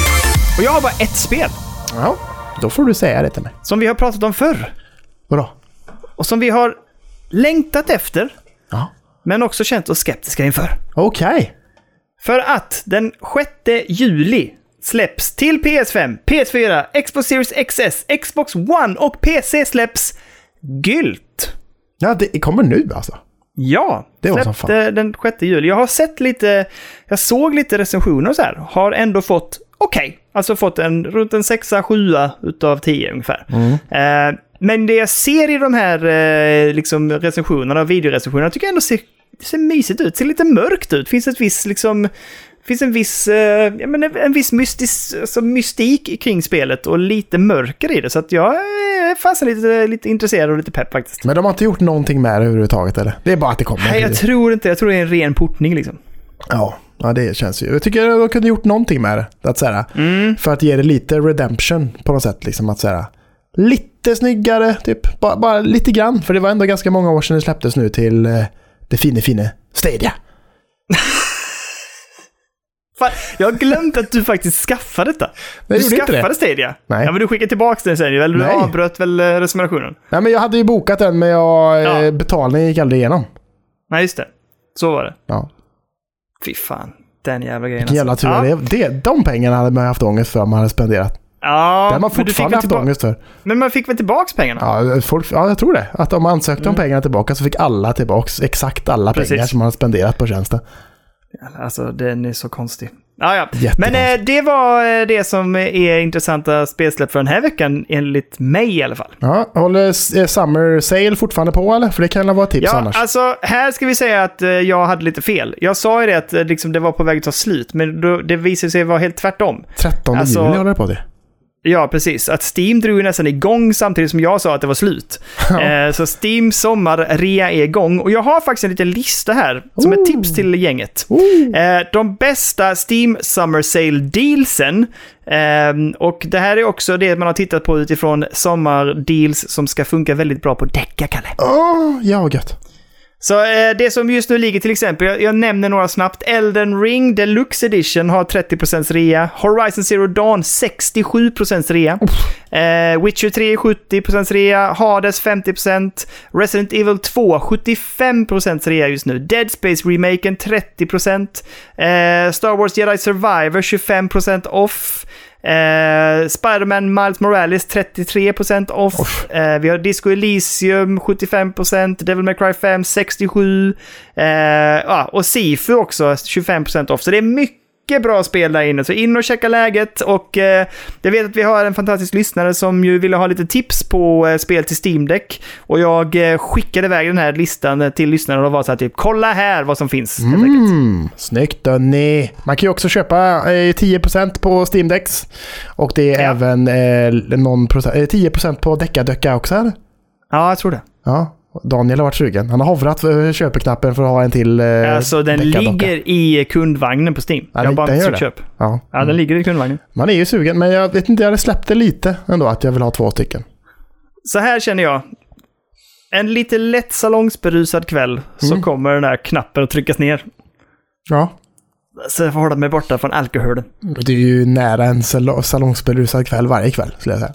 Speaker 3: Och jag har bara ett spel.
Speaker 2: Ja, då får du säga det till mig.
Speaker 3: Som vi har pratat om förr.
Speaker 2: Vadå?
Speaker 3: och som vi har längtat efter,
Speaker 2: Ja.
Speaker 3: men också känt oss skeptiska inför.
Speaker 2: Okej.
Speaker 3: För att den 6 juli släpps till PS5, PS4, Xbox Series XS, Xbox One och PC släpps Gylt.
Speaker 2: Ja, det kommer nu alltså.
Speaker 3: Ja,
Speaker 2: Det var som
Speaker 3: släppte den 6 juli. Jag har jag såg lite recensioner och så här. Har ändå fått alltså fått runt en 6-7 utav 10 ungefär. Men det jag ser i de här liksom recensionerna och videorecensionerna tycker jag ändå ser mysigt ut. Ser lite mörkt ut. Finns en viss mystik kring spelet och lite mörker i det. Så att jag är fast lite intresserad och lite pepp faktiskt.
Speaker 2: Men de har inte gjort någonting med det överhuvudtaget, eller? Det är bara att det kommer.
Speaker 3: Nej, jag tror inte. Jag tror det är en ren portning liksom.
Speaker 2: Ja, det känns ju. Jag tycker att de kunde gjort någonting med det. Att säga, för att ge det lite redemption på något sätt. Liksom, att säga, lite snyggare, typ. Bara lite grann. För det var ändå ganska många år sedan det släpptes nu till det fina Stadia.
Speaker 3: Fan, jag har glömt att du faktiskt skaffade detta.
Speaker 2: Nej,
Speaker 3: du skaffade Stadia.
Speaker 2: Nej.
Speaker 3: Ja, men du skickade tillbaka den sen, eller du avbröt väl recensionen?
Speaker 2: Nej, men jag hade ju bokat den, men betalningen gick aldrig igenom.
Speaker 3: Nej, just det. Så var det.
Speaker 2: Ja.
Speaker 3: Fy fan, den jävla grejen.
Speaker 2: Vilken jävla tur. De pengarna hade man haft ångest för om man hade spenderat.
Speaker 3: Ja,
Speaker 2: det har man fortfarande haft ångest för.
Speaker 3: Men man fick väl tillbaka pengarna?
Speaker 2: Ja, jag tror det. Att om man ansökte om pengarna tillbaka så fick alla tillbaka exakt alla pengar som man hade spenderat på tjänsten.
Speaker 3: Alltså, den är så konstig. Ja. Men det var det som är intressanta spelsläpp för den här veckan, enligt mig i alla fall.
Speaker 2: Ja, håller Summer Sale fortfarande på, eller? För det kan vara ett tips annars.
Speaker 3: Alltså, här ska vi säga att jag hade lite fel. Jag sa ju det att liksom, det var på väg att ta slut, men det visade sig vara helt tvärtom.
Speaker 2: 13 juli håller det på det.
Speaker 3: Ja, precis. Att Steam drog ju nästan igång samtidigt som jag sa att det var slut. Så Steam sommar-rea är igång. Och jag har faktiskt en liten lista här som ett tips till gänget. De bästa Steam Summer Sale-dealsen. Och det här är också det man har tittat på utifrån sommardeals som ska funka väldigt bra på Decca, Kalle.
Speaker 2: Ja, gött.
Speaker 3: Så det som just nu ligger till exempel, jag nämner några snabbt. Elden Ring Deluxe Edition har 30% rea. Horizon Zero Dawn 67% rea. Witcher 3 70% rea. Hades 50%. Resident Evil 2 75% rea just nu. Dead Space Remaken 30%. Star Wars Jedi Survivor 25% off. Spider-Man Miles Morales 33% off. Vi har Disco Elysium 75%, Devil May Cry 5 67%, och Sifu också 25% off. Så det är mycket bra spel där inne. Så in och checka läget. Och jag vet att vi har en fantastisk lyssnare som ju ville ha lite tips på spel till Steam Deck. Och jag skickade iväg den här listan till lyssnaren och var så här typ, kolla här vad som finns.
Speaker 2: Snyggt Dönny. Man kan ju också köpa 10% på Steam Decks. Och det är även någon 10% på Decca också, eller?
Speaker 3: Ja, jag tror det.
Speaker 2: Ja. Daniel har varit sugen. Han har hovrat för köpeknappen för att ha en till
Speaker 3: alltså den ligger i kundvagnen på Steam.
Speaker 2: Ja,
Speaker 3: jag har bara inte sökt köp.
Speaker 2: Ja,
Speaker 3: den ligger i kundvagnen.
Speaker 2: Man är ju sugen, men jag vet inte, jag hade släppt det lite ändå att jag vill ha 2 stycken.
Speaker 3: Så här känner jag. En lite lätt salongsberusad kväll så kommer den här knappen att tryckas ner.
Speaker 2: Ja.
Speaker 3: Så jag får hålla mig borta från alkoholen.
Speaker 2: Det är ju nära en salongsberusad kväll varje kväll, skulle jag säga.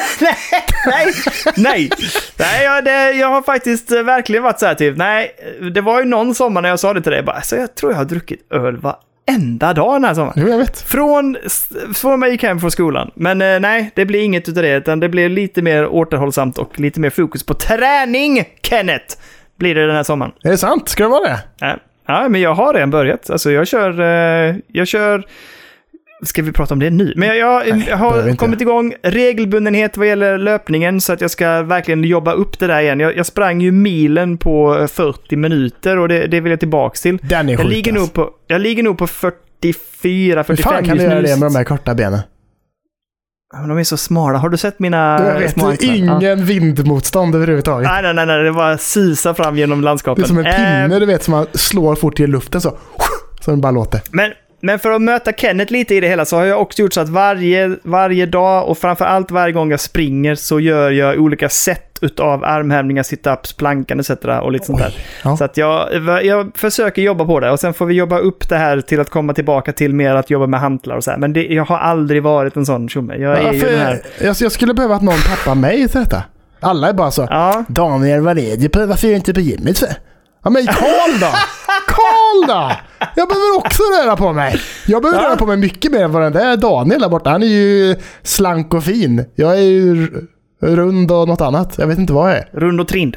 Speaker 3: Nej, jag har faktiskt verkligen varit så här typ. Nej, det var ju någon sommar när jag sa det till dig. Bara, så jag tror jag har druckit öl varenda dag den här sommaren.
Speaker 2: Jo, jag vet.
Speaker 3: Från mig gick hem från skolan. Men nej, det blir inget utav det. Utan det blir lite mer återhållsamt och lite mer fokus på träning, Kenneth. Blir det den här sommaren.
Speaker 2: Är det sant? Ska det vara det?
Speaker 3: Ja, men jag har redan börjat. Alltså jag kör... Ska vi prata om det nu? Men jag har kommit igång regelbundenhet vad gäller löpningen så att jag ska verkligen jobba upp det där igen. Jag sprang ju milen på 40 minuter och det vill jag tillbaks till.
Speaker 2: Den är sjuk,
Speaker 3: jag ligger nog på 44-45.
Speaker 2: Hur fan kan du göra det med de här korta benen?
Speaker 3: De är så smala. Har du sett mina små anklar?
Speaker 2: Ingen vindmotstånd överhuvudtaget.
Speaker 3: Nej. Det var susar fram genom landskapet.
Speaker 2: Det är som en pinne, du vet, som man slår fort i luften så den bara låter.
Speaker 3: Men för att möta Kenneth lite i det hela så har jag också gjort så att varje dag och framförallt varje gång jag springer så gör jag olika sätt utav armhävningar, sit-ups, plankan etc. och lite sånt där. Ja. Så att jag försöker jobba på det och sen får vi jobba upp det här till att komma tillbaka till mer att jobba med hantlar och så här. Men jag har aldrig varit en sån tjomme. Jag skulle behöva att någon peppar mig till detta.
Speaker 1: Alla är bara så, Daniel, varför är du inte på gymmet för? Ja, men Karl då! Jag behöver också röra på mig. Jag behöver röra på mig mycket mer än vad den där Daniel där borta. Han är ju slank och fin. Jag är ju rund och något annat. Jag vet inte vad jag är.
Speaker 3: Rund och trind.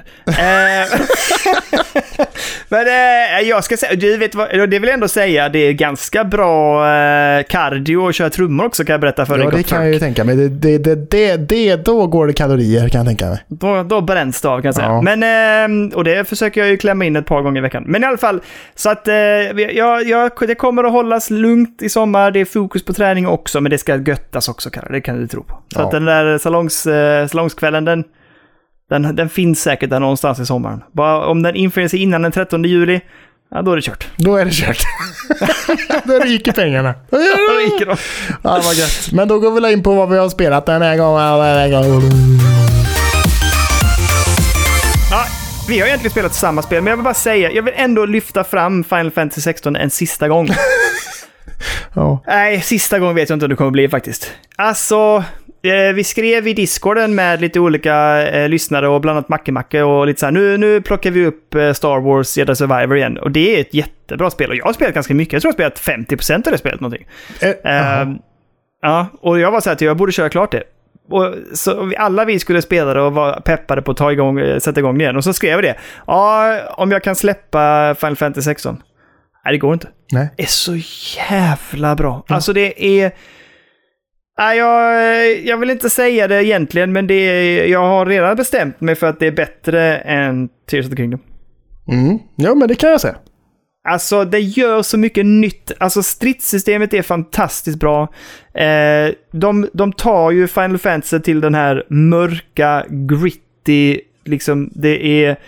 Speaker 3: Men jag ska säga, du vet vad, det vill jag ändå säga, det är ganska bra cardio och köra trummor också, kan jag berätta för dig.
Speaker 1: Ja, det kan jag ju tänka mig. Då går det kalorier, kan jag tänka mig.
Speaker 3: Då bränns det av, kan jag säga. Ja. Men, och det försöker jag ju klämma in ett par gånger i veckan. Men i alla fall, så att det kommer att hållas lugnt i sommar. Det är fokus på träning också, men det ska göttas också, det kan du tro på. Så att den där salongskvällen, den finns säkert där någonstans i sommaren. Bara om den inför sig innan den 13 juli, då är det kört.
Speaker 1: Då ryker pengarna.
Speaker 3: Då ryker de.
Speaker 1: Ja, vad gött. Men då går vi in på vad vi har spelat den här gången.
Speaker 3: Ja, vi har egentligen spelat samma spel, men jag vill bara säga, jag vill ändå lyfta fram Final Fantasy 16 en sista gång. Nej, sista gången vet jag inte om det kommer bli faktiskt. Alltså, vi skrev i Discorden med lite olika lyssnare och bland annat Macke och lite så här, nu plockar vi upp Star Wars Jedi Survivor igen, och det är ett jättebra spel och jag har spelat ganska mycket. Jag tror jag har spelat 50% av det spelet någonting. Ja, och jag var så här att jag borde köra klart det. Och så alla vi skulle spela det och var peppade på att sätta igång det igen, och så skrev vi det. Ja, om jag kan släppa Final Fantasy 16. Nej, det går inte.
Speaker 1: Nej.
Speaker 3: Det är så jävla bra. Alltså det är... Jag vill inte säga det egentligen, men jag har redan bestämt mig för att det är bättre än Tears of the Kingdom.
Speaker 1: Ja, men det kan jag säga.
Speaker 3: Alltså, det gör så mycket nytt. Alltså, stridssystemet är fantastiskt bra. De tar ju Final Fantasy till den här mörka, gritty, liksom, det är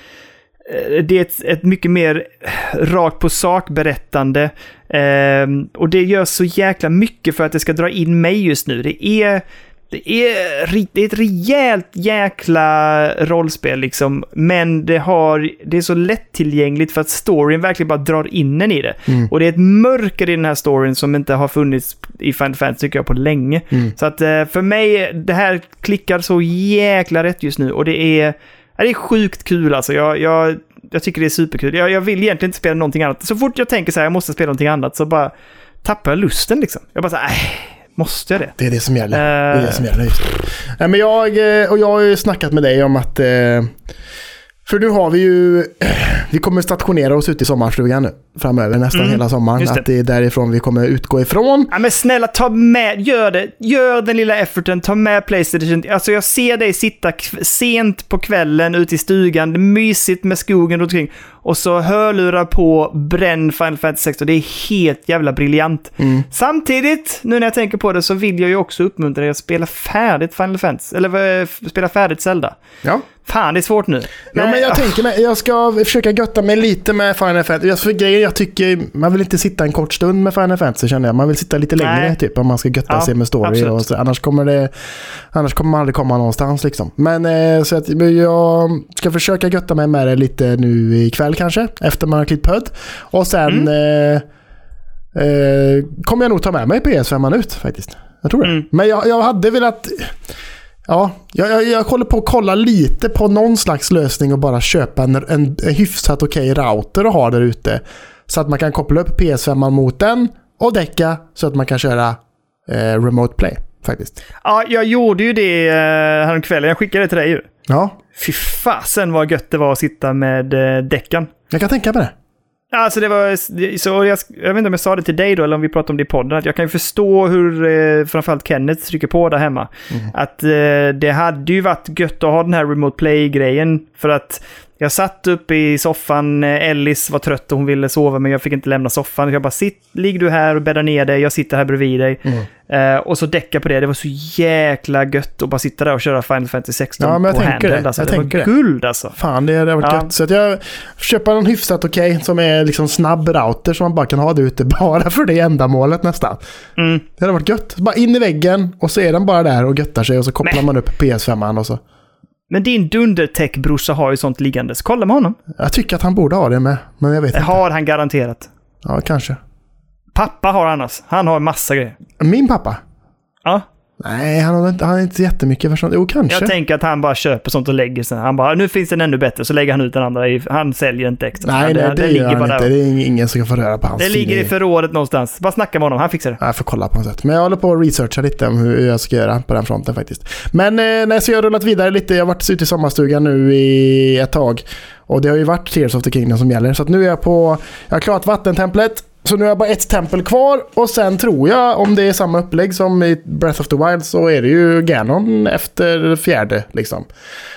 Speaker 3: ett mycket mer rakt på sak berättande, och det gör så jäkla mycket för att det ska dra in mig just nu. Det är ett rejält jäkla rollspel liksom, men det är så lättillgängligt för att storyn verkligen bara drar in en i det. Och det är ett mörker i den här storyn som inte har funnits i Final Fantasy, tycker jag, på länge. Så att för mig, det här klickar så jäkla rätt just nu, och det är sjukt kul alltså. Jag tycker det är superkul. Jag vill egentligen inte spela någonting annat. Så fort jag tänker så här, jag måste spela någonting annat, så bara tappar jag lusten liksom. Jag bara så här, måste jag det?
Speaker 1: Det är det som gäller. Det är det som gäller just. Nej, men jag har ju snackat med dig om att för nu har vi kommer stationera oss ute i sommarstugan nu framöver, nästan hela sommaren. Att det är därifrån vi kommer utgå ifrån.
Speaker 3: Ja, men snälla, gör den lilla efforten, ta med PlayStation. Alltså, jag ser dig sitta sent på kvällen ute i stugan, det är mysigt med skogen runt omkring, och så hörlurar på, bränn Final Fantasy 16. Det är helt jävla briljant. Samtidigt, nu när jag tänker på det, så vill jag ju också uppmuntra dig att spela färdigt Final Fantasy, eller spela färdigt Zelda. Ja. Fan, det är svårt nu.
Speaker 1: Ja, men jag tänker mig, jag ska försöka götta mig lite med Final Fantasy. För grejer, jag tycker, man vill inte sitta en kort stund med Final Fantasy, känner jag. Man vill sitta lite längre, typ, om man ska götta sig med story. Och så, annars kommer man aldrig komma någonstans, liksom. Men så att jag ska försöka götta mig med det lite nu ikväll kanske, efter man har klippt podd. Och sen kommer jag nog ta med mig PS5 ut, faktiskt. Jag tror det. Men jag hade velat... Ja, jag håller på att kolla lite på någon slags lösning och bara köpa en hyfsat okej router och ha där ute. Så att man kan koppla upp PS5 mot den och däcka så att man kan köra remote play, faktiskt.
Speaker 3: Ja, jag gjorde ju det häromkvällen. Jag skickade det till dig ju.
Speaker 1: Ja.
Speaker 3: Fy fasen vad gött det var att sitta med däckan.
Speaker 1: Jag kan tänka på det.
Speaker 3: Alltså det var så, jag vet inte om jag sa det till dig då eller om vi pratade om det i podden, att jag kan ju förstå hur framförallt Kenneth trycker på där hemma. Att det hade ju varit gött att ha den här remote play-grejen, för att jag satt uppe i soffan, Ellis var trött och hon ville sova, men jag fick inte lämna soffan. Jag bara, ligg du här och bäddar ner dig, jag sitter här bredvid dig. Och så däcka på det. Det var så jäkla gött att bara sitta där och köra Final Fantasy 16 på handheld. Alltså, det var guld alltså.
Speaker 1: Fan, det hade varit gött. Så att jag köper en hyfsat okej som är liksom snabb router som man bara kan ha det ute bara för det ändamålet nästan. Det hade varit gött. Bara in i väggen och så är den bara där och göttar sig och så kopplar man upp PS5 och så.
Speaker 3: Men din Dundertech-brorsa har ju sånt liggande. Så kolla med honom.
Speaker 1: Jag tycker att han borde ha det med, men jag vet inte.
Speaker 3: Har han garanterat.
Speaker 1: Ja, kanske.
Speaker 3: Pappa har annars. Han har en massa grejer.
Speaker 1: Min pappa?
Speaker 3: Ja.
Speaker 2: Nej, han har inte jättemycket för sånt. Jo, kanske.
Speaker 3: Jag tänker att han bara köper sånt och lägger sen. Han bara, nu finns den ännu bättre, så lägger han ut den andra. Han säljer inte extra.
Speaker 2: Nej, det ligger han inte. Det är ingen som kan få röra på hans.
Speaker 3: Det ligger i förrådet någonstans. Bara snacka med honom, han fixar det.
Speaker 2: Jag får kolla på något sätt. Men jag håller på att researcha lite om hur jag ska göra på den fronten faktiskt. Men så jag har rullat vidare lite. Jag har varit ute i sommarstugan nu i ett tag. Och det har ju varit Tears of the Kingdom som gäller. Så att nu är jag har klarat vattentemplet. Så nu har jag bara ett tempel kvar. Och sen tror jag, om det är samma upplägg som i Breath of the Wild, så är det ju Ganon efter 4:e liksom.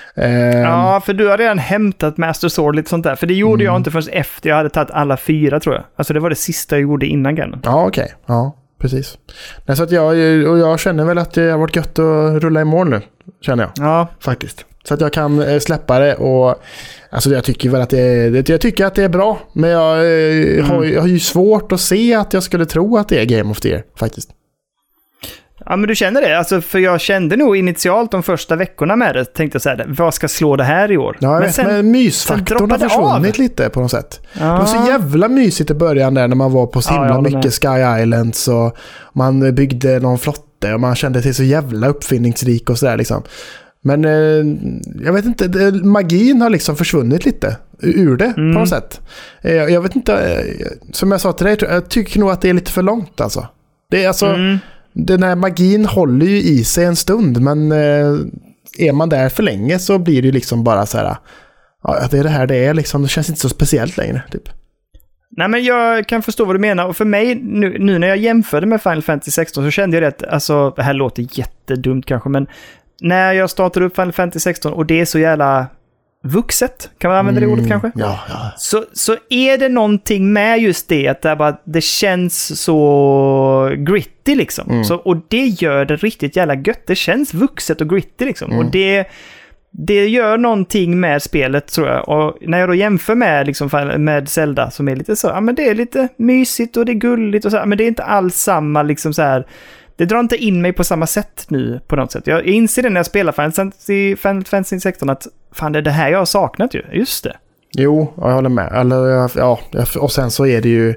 Speaker 3: Ja, för du har redan hämtat Master Sword lite sånt där. För det gjorde jag inte förrän efter jag hade tagit alla 4, tror jag. Alltså det var det sista jag gjorde innan Ganon.
Speaker 2: Ja, okej. Ja, precis. Nej, så att jag känner väl att det har varit gött att rulla i mål nu. Känner jag.
Speaker 3: Ja.
Speaker 2: Faktiskt. Så att jag kan släppa det och alltså jag tycker väl att jag tycker att det är bra, men jag har ju svårt att se att jag skulle tro att det är Game of the Year faktiskt.
Speaker 3: Ja, men du känner det? Alltså, för jag kände nog initialt de första veckorna med det, tänkte jag så här, vad ska slå det här i år?
Speaker 2: Ja, jag vet, men mysfaktorn har försvunnit lite på något sätt. Ja. Det var så jävla mysigt i början där när man var på så himla mycket Sky Islands och man byggde någon flotte och man kände sig så jävla uppfinningsrik och sådär liksom. Men jag vet inte, magin har liksom försvunnit lite ur det på något sätt. Jag vet inte, som jag sa till dig, jag tycker nog att det är lite för långt alltså. Det är alltså, den här magin håller ju i sig en stund, men är man där för länge så blir det ju liksom bara så här, ja, det är det här det är liksom, det känns inte så speciellt längre typ.
Speaker 3: Nej, men jag kan förstå vad du menar. Och för mig, nu när jag jämförde med Final Fantasy 16 så kände jag att, alltså, det här låter jättedumt kanske, men när jag startar upp Final Fantasy 16 och det är så jävla vuxet, kan man använda det ordet kanske?
Speaker 2: Ja.
Speaker 3: Så är det någonting med just det, att det känns så gritty liksom. Och det gör det riktigt jävla gött. Det känns vuxet och gritty liksom. Och det gör någonting med spelet, tror jag. Och när jag då jämför med Zelda, som är lite så, ja men det är lite mysigt och det är gulligt och så, men det är inte alls samma liksom så här. Det drar inte in mig på samma sätt nu på något sätt. Jag inser det när jag spelar Final Fantasy 16 att fan, det är det här jag har saknat ju. Just det.
Speaker 2: Jo, jag håller med. Och sen så är det ju,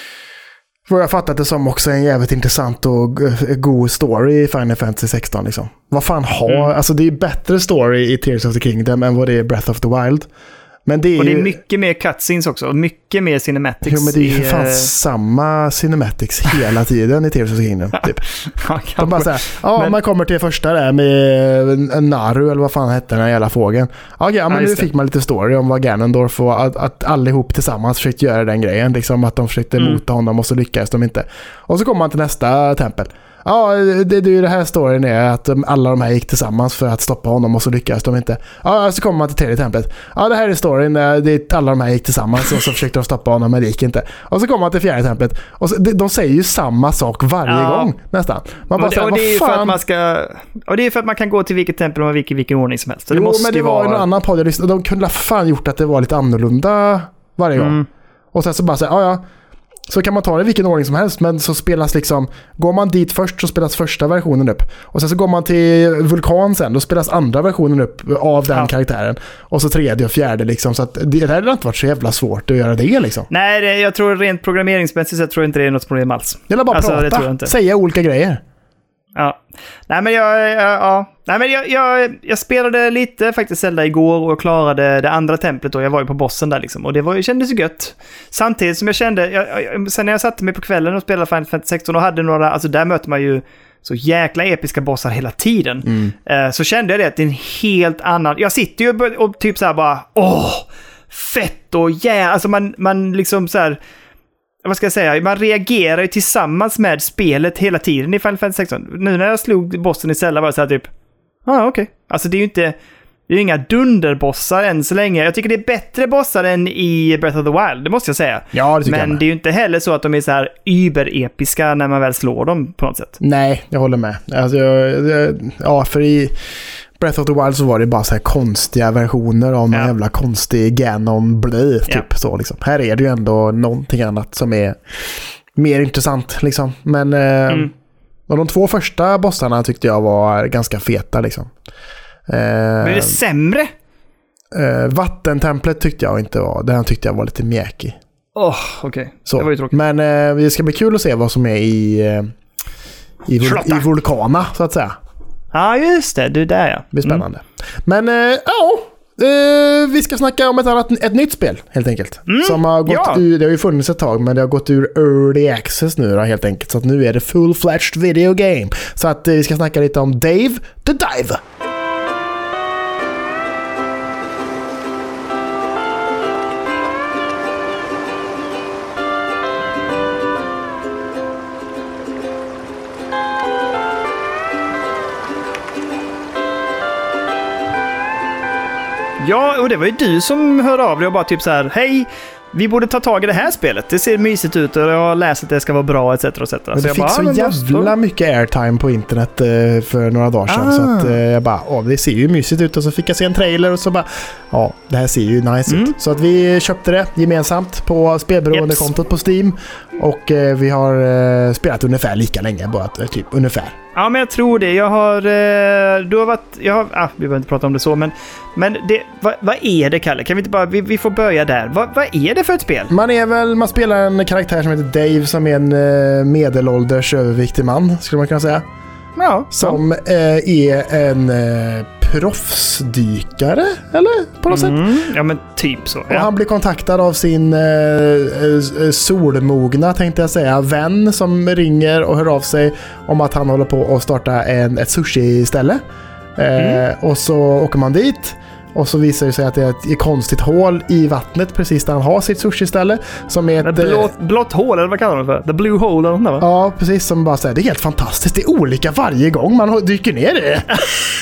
Speaker 2: vad jag fattat det som, också en jävligt intressant och god story i Final Fantasy 16 liksom. Vad fan alltså det är bättre story i Tears of the Kingdom än vad det är Breath of the Wild. Men det är
Speaker 3: mycket mer cutscenes också, och mycket mer cinematics.
Speaker 2: Jo, men det är ju för fan samma cinematics hela tiden i Tears of the Kingdom typ. De bara säger, man kommer till första där med Naru eller vad fan hette den här jävla fågeln. Men nu fick man lite story om vad Ganondorf och att allihop tillsammans försökte göra den grejen, liksom att de försökte mota honom och så lyckades de inte. Och så kommer man till nästa tempel. Ja, det är ju det här storyn är att alla de här gick tillsammans för att stoppa honom och så lyckades de inte. Ja, så kommer man till tredje templet. Ja, det här är storyn, alla de här gick tillsammans och så försökte de stoppa honom men det gick inte. Och så kommer man till fjärde templet och så, de säger ju samma sak varje gång nästan. Man bara
Speaker 3: och det är ju för att man ska, och det är för att man kan gå till vilket tempel och vilken ordning som helst. Så det måste
Speaker 2: men det var en annan podd jag lyssnade. De kunde fan gjort att det var lite annorlunda varje gång. Och sen så bara säga, så kan man ta det i vilken ordning som helst, men så spelas liksom, går man dit först så spelas första versionen upp. Och sen så går man till Vulkan sen, då spelas andra versionen upp av den karaktären. Och så tredje och fjärde liksom, så att det hade inte varit så jävla svårt att göra det liksom.
Speaker 3: Nej, jag tror rent programmeringsmässigt så tror jag inte det är något problem alls.
Speaker 2: Det är bara prata, säga olika grejer.
Speaker 3: Ja. Nej, men jag spelade lite faktiskt Zelda igår och klarade det andra templet och jag var ju på bossen där liksom, och det kändes ju gött. Samtidigt som jag kände, sen när jag satte mig på kvällen och spelade Final Fantasy 16 och hade några, alltså där möter man ju så jäkla episka bossar hela tiden. Så kände jag det att det är en helt annan, jag sitter ju och typ så här bara, fett och alltså man liksom så här, vad ska jag säga, man reagerar ju tillsammans med spelet hela tiden i Final Fantasy 16. Nu när jag slog bossen i Zelda var det så här typ, okej. Alltså det är ju inga dunderbossar än så länge. Jag tycker det är bättre bossar än i Breath of the Wild, det måste jag säga.
Speaker 2: Ja, det tycker jag.
Speaker 3: Men det är ju inte heller så att de är så här überepiska när man väl slår dem på något sätt.
Speaker 2: Nej, jag håller med. Alltså, för i Breath of the Wild så var det bara så här konstiga versioner av en jävla konstig Ganon typ så liksom. Här är det ju ändå någonting annat som är mer intressant liksom. Men de två första bossarna tyckte jag var ganska feta liksom.
Speaker 3: Men är det sämre?
Speaker 2: Vattentemplet tyckte jag inte var. Den tyckte jag var lite mjäkig.
Speaker 3: Okej. Det var ju tråkigt.
Speaker 2: Men det ska bli kul att se vad som är
Speaker 1: i Vulkana så att säga.
Speaker 3: Ja, just det. Du där, ja.
Speaker 1: Det blir spännande. Men vi ska snacka om ett nytt spel, helt enkelt. Som har gått ur, det har ju funnits ett tag, men det har gått ur early access nu då, helt enkelt. Så att nu är det full-fledged video game. Så att vi ska snacka lite om Dave the Dive.
Speaker 3: Ja, och det var ju du som hörde av dig och bara typ så här: hej, vi borde ta tag i det här spelet. Det ser mysigt ut och jag har läst att det ska vara bra, etc. etc.
Speaker 1: Men det fick så jävla mycket airtime på internet för några dagar sedan. Så att jag bara, det ser ju mysigt ut. Och så fick jag se en trailer och så bara, det här ser ju nice ut. Så att vi köpte det gemensamt på spelberoendekontot på Steam. Och vi har spelat ungefär lika länge, bara typ ungefär.
Speaker 3: Ja, men jag tror det. Vi behöver inte prata om det så, men det, vad är det, Kalle? Kan vi inte bara, vi får börja där. Vad är det för ett spel?
Speaker 1: Man spelar en karaktär som heter Dave, som är en medelålders överviktig man, skulle man kunna säga.
Speaker 3: Ja.
Speaker 1: Som är en proffsdykare, eller? På något sätt.
Speaker 3: Ja, men typ så. Ja.
Speaker 1: Och han blir kontaktad av sin solmogna, tänkte jag säga, vän som ringer och hör av sig om att han håller på att starta ett sushi-ställe. Och så åker man dit. Och så visar det sig att det är ett konstigt hål i vattnet precis där han har sitt sushi-ställe. Som är ett
Speaker 3: blått hål, eller vad kallar man det för? The Blue Hole eller något, va?
Speaker 1: Ja, precis, som bara säger, det är helt fantastiskt. Det är olika varje gång man dyker ner i det.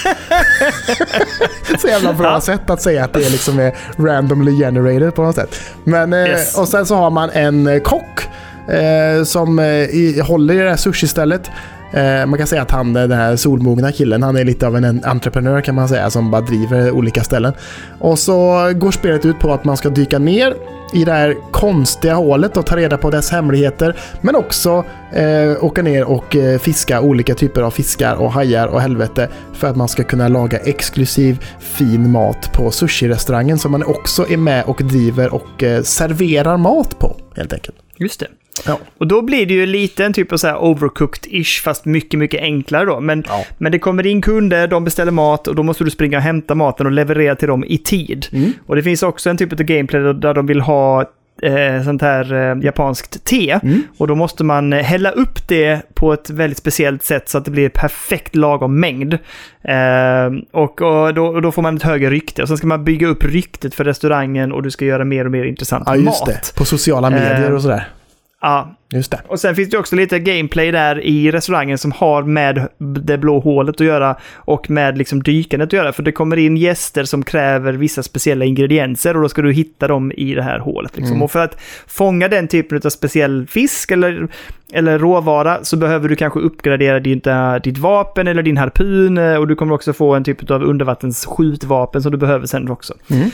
Speaker 1: Så jävla bra sätt att säga att det är liksom randomly generated på något sätt. Men, och sen så har man en kock som håller i det här sushi-stället. Man kan säga att den här solmogna killen, han är lite av en entreprenör, kan man säga, som bara driver olika ställen. Och så går spelet ut på att man ska dyka ner i det här konstiga hålet och ta reda på dess hemligheter, men också åka ner och fiska olika typer av fiskar och hajar och helvete, för att man ska kunna laga exklusiv fin mat på sushi-restaurangen som man också är med och driver och serverar mat på, helt enkelt.
Speaker 3: Just det. Ja. Och då blir det ju lite en typ av så här overcooked-ish, fast mycket, mycket enklare då. Men det kommer in kunder, de beställer mat och då måste du springa och hämta maten och leverera till dem i tid. Och det finns också en typ av gameplay där de vill ha sånt här japanskt te. Och då måste man hälla upp det på ett väldigt speciellt sätt så att det blir perfekt lagom mängd. Och då får man ett högre rykte. Och sen ska man bygga upp ryktet för restaurangen och du ska göra mer och mer intressant mat.
Speaker 1: Ja, just det. På sociala medier och sådär.
Speaker 3: Ja,
Speaker 1: just det.
Speaker 3: Och sen finns det också lite gameplay där i restaurangen som har med det blå hålet att göra och med liksom dykandet att göra. För det kommer in gäster som kräver vissa speciella ingredienser och då ska du hitta dem i det här hålet. Liksom. Och för att fånga den typen av speciell fisk eller råvara så behöver du kanske uppgradera ditt vapen eller din harpun, och du kommer också få en typ av undervattens skjutvapen som du behöver sen också.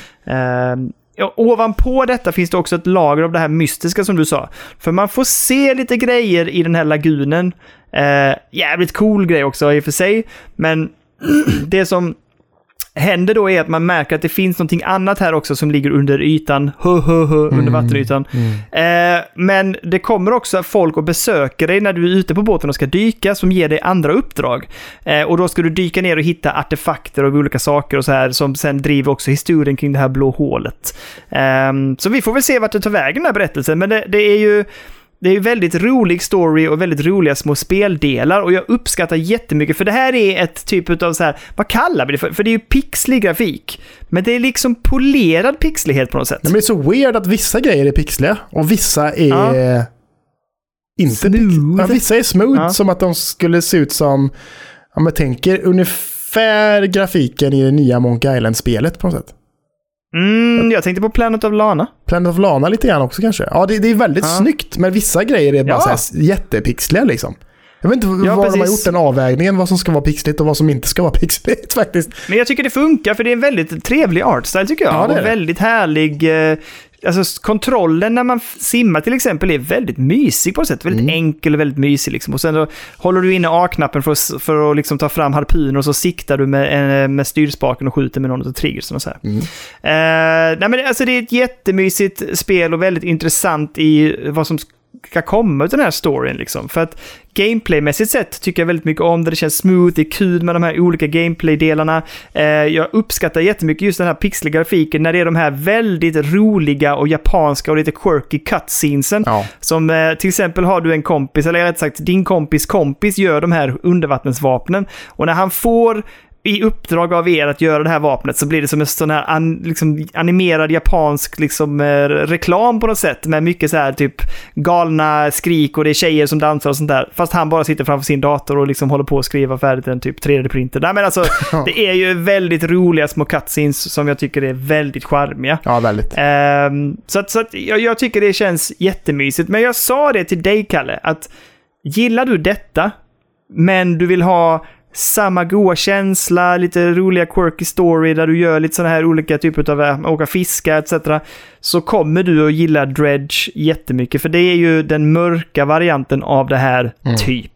Speaker 3: Ovanpå detta finns det också ett lager av det här mystiska som du sa. För man får se lite grejer i den här lagunen. Jävligt cool grej också i och för sig. Men det som händer då är att man märker att det finns någonting annat här också som ligger under ytan. Under vattenytan. Men det kommer också folk och besöker dig när du är ute på båten och ska dyka, som ger dig andra uppdrag. Och då ska du dyka ner och hitta artefakter av olika saker och så här, som sen driver också historien kring det här blå hålet. Så vi får väl se vart det tar vägen, den här berättelsen. Men det är ju väldigt rolig story och väldigt roliga små speldelar, och jag uppskattar jättemycket, för det här är ett typ av så här, vad kallar vi det för? För det är ju pixlig grafik, men det är liksom polerad pixlighet på något sätt.
Speaker 1: Men det är så weird att vissa grejer är pixliga och vissa är inte smooth. Ja, vissa är smooth, som att de skulle se ut som, om jag tänker ungefär grafiken i det nya Monkey Island-spelet på något sätt.
Speaker 3: Jag tänkte på Planet of Lana.
Speaker 1: Planet of Lana lite grann också kanske. Ja, det är väldigt snyggt, men vissa grejer är bara så här jättepixliga liksom. Jag vet inte var de har gjort den avvägningen, vad som ska vara pixligt och vad som inte ska vara pixligt faktiskt.
Speaker 3: Men jag tycker det funkar, för det är en väldigt trevlig artstyle tycker jag. Ja, det är det. Och väldigt härlig. Alltså kontrollen när man simmar till exempel är väldigt mysig på ett sätt. Väldigt enkel och väldigt mysig liksom. Och sen då håller du inne A-knappen för att liksom ta fram harpuner, och så siktar du med styrspaken och skjuter med någon av triggersen och så här. Nej, men alltså det är ett jättemysigt spel och väldigt intressant i vad som ska komma ut den här storyn liksom. För att gameplaymässigt sett tycker jag väldigt mycket om det känns smooth, det är kul med de här olika gameplay-delarna. Jag uppskattar jättemycket just den här pixliga grafiken när det är de här väldigt roliga och japanska och lite quirky cutscenesen. Som till exempel har du en kompis, eller rätt sagt din kompis gör de här undervattensvapnen, och när han får i uppdrag av er att göra det här vapnet så blir det som en sån här liksom animerad japansk liksom, reklam på något sätt med mycket så här typ galna skrik och det är tjejer som dansar och sånt där. Fast han bara sitter framför sin dator och liksom håller på att skriva färdigt en typ 3D-printer. Nej, men alltså, det är ju väldigt roliga små cutscenes som jag tycker är väldigt charmiga.
Speaker 2: Ja, väldigt.
Speaker 3: Så att jag tycker det känns jättemysigt. Men jag sa det till dig, Kalle, att gillar du detta men du vill ha samma goda känsla, lite roliga quirky story där du gör lite sådana här olika typer av åka fiska etc. så kommer du att gilla Dredge jättemycket, för det är ju den mörka varianten av det här typ.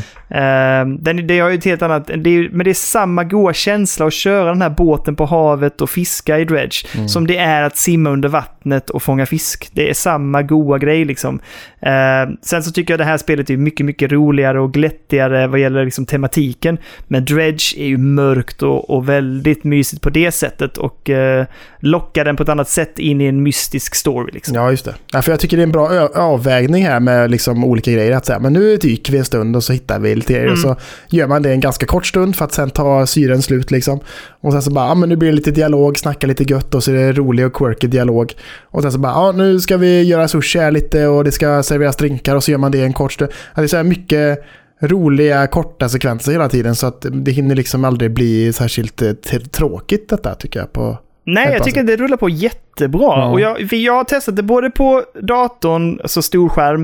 Speaker 3: Det är ju ett helt annat, men det är samma goda känsla att köra den här båten på havet och fiska i Dredge som det är att simma under vattnet och fånga fisk. Det är samma goda grej liksom. Sen så tycker jag det här spelet är mycket, mycket roligare och glättigare vad gäller liksom tematiken, men Dredge är ju mörkt och väldigt mysigt på det sättet och lockar den på ett annat sätt in i en mystisk story liksom.
Speaker 2: Ja, just det. Ja, för jag tycker det är en bra avvägning här med liksom olika grejer att säga, men nu dyker vi en stund och så hittar vi lite grejer och så gör man det en ganska kort stund för att sen ta syren slut liksom. Och sen så bara, men nu blir det lite dialog, snacka lite gött och så är det rolig och quirky dialog. Och sen så bara, nu ska vi göra sushi här lite och det ska serveras drinkar och så gör man det en kort stund. Det är så här mycket roliga korta sekvenser hela tiden så att det hinner liksom aldrig bli särskilt tråkigt detta tycker jag på.
Speaker 3: Nej, jag tycker att det rullar på jättebra. Ja. Och jag har testat det både på datorn, alltså storskärm,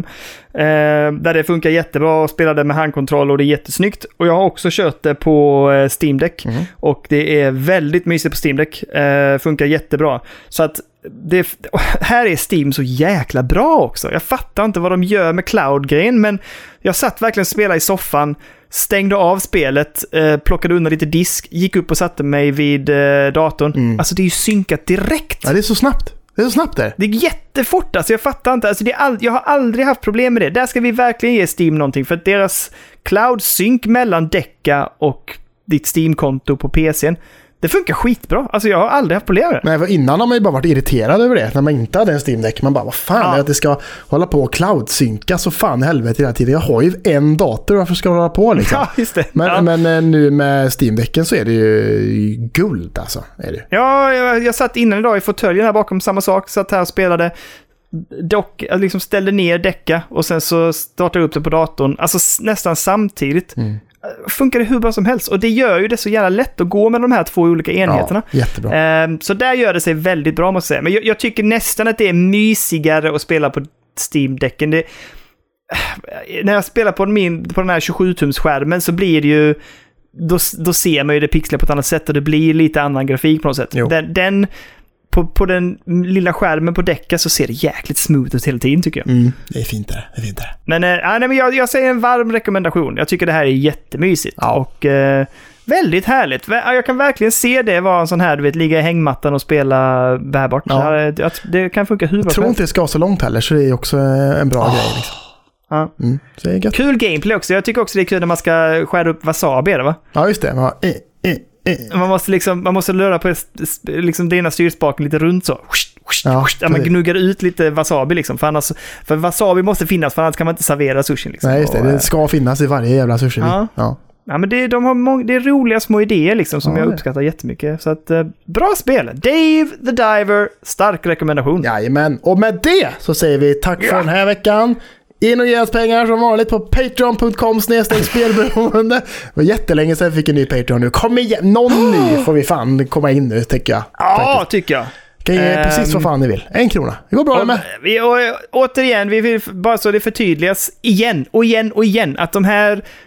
Speaker 3: där det funkar jättebra och spelade med handkontroll och det är jättesnyggt. Och jag har också kört det på Steam Deck och det är väldigt mysigt på Steam Deck. Funkar jättebra. Så att här är Steam så jäkla bra också. Jag fattar inte vad de gör med cloud-grejen, men jag satt verkligen och spelade i soffan, stängde av spelet, plockade undan lite disk, gick upp och satte mig vid datorn. Alltså det är ju synkat direkt.
Speaker 2: Ja, det är så snabbt. Det är så snabbt där.
Speaker 3: Det är jättefort, alltså jag fattar inte. Alltså jag har aldrig haft problem med det. Där ska vi verkligen ge Steam någonting, för att deras cloud-synk mellan Decca och ditt Steam-konto på PC:n, det funkar skitbra. Alltså jag har aldrig haft problem med det.
Speaker 2: Nej, innan har man ju bara varit irriterad över det. När man inte hade en Steam Deck. Man bara, vad fan är att det ska hålla på och cloud-synka så fan i helvete hela tiden. Jag har ju en dator, varför ska jag hålla på liksom?
Speaker 3: Ja, just det.
Speaker 2: Men nu med Steam Decken så är det ju guld alltså. Är det.
Speaker 3: Ja, jag satt innan idag i fåtöljen här bakom samma sak. Satt här och spelade. Jag liksom ställde ner Decca och sen så startade jag upp det på datorn. Alltså nästan samtidigt. Funkar det hur bra som helst. Och det gör ju det så jävla lätt att gå med de här två olika enheterna.
Speaker 2: Ja, jättebra.
Speaker 3: Så där gör det sig väldigt bra, måste jag säga. Men jag tycker nästan att det är mysigare att spela på Steam-däcken. När jag spelar på den här 27-tums-skärmen så blir det ju... Då ser man ju det pixlar på ett annat sätt och det blir lite annan grafik på något sätt. På den lilla skärmen på Decca så ser det jäkligt smooth ut hela tiden, tycker jag.
Speaker 2: Det är fint där.
Speaker 3: Men jag säger en varm rekommendation. Jag tycker det här är jättemysigt. Ja. Och väldigt härligt. Jag kan verkligen se det vara en sån här, du vet, ligga i hängmattan och spela bärbart. Ja. Det kan funka hur bra.
Speaker 2: Jag tror inte det ska så långt heller, så det är också en bra grej liksom.
Speaker 3: Ja.
Speaker 2: Så det är
Speaker 3: kul gameplay också. Jag tycker också det är kul när man ska skära upp wasabi, va?
Speaker 2: Ja, just det.
Speaker 3: Man måste röra på liksom den ena styrspaken lite runt så. Man gnuggar ut lite wasabi liksom, för wasabi måste finnas, för annars kan man inte servera sushi liksom.
Speaker 2: Nej, just det. Det ska finnas i varje jävla sushi.
Speaker 3: Ja, men det är roliga små idéer liksom som jag uppskattar jättemycket. Så att bra spel. Dave the Diver, stark rekommendation.
Speaker 2: Jajamän. Och med det så säger vi tack för den här veckan. In och ge oss pengar som vanligt på patreon.com/spelberoende. Det var jättelänge sedan vi fick en ny Patreon nu. Kom igen, någon ny får vi fan komma in nu, tycker jag.
Speaker 3: Ja, tycker jag.
Speaker 2: Kan ge precis vad fan ni vill. 1 krona. Det går bra med.
Speaker 3: Återigen, vi vill bara så det förtydligas igen att de här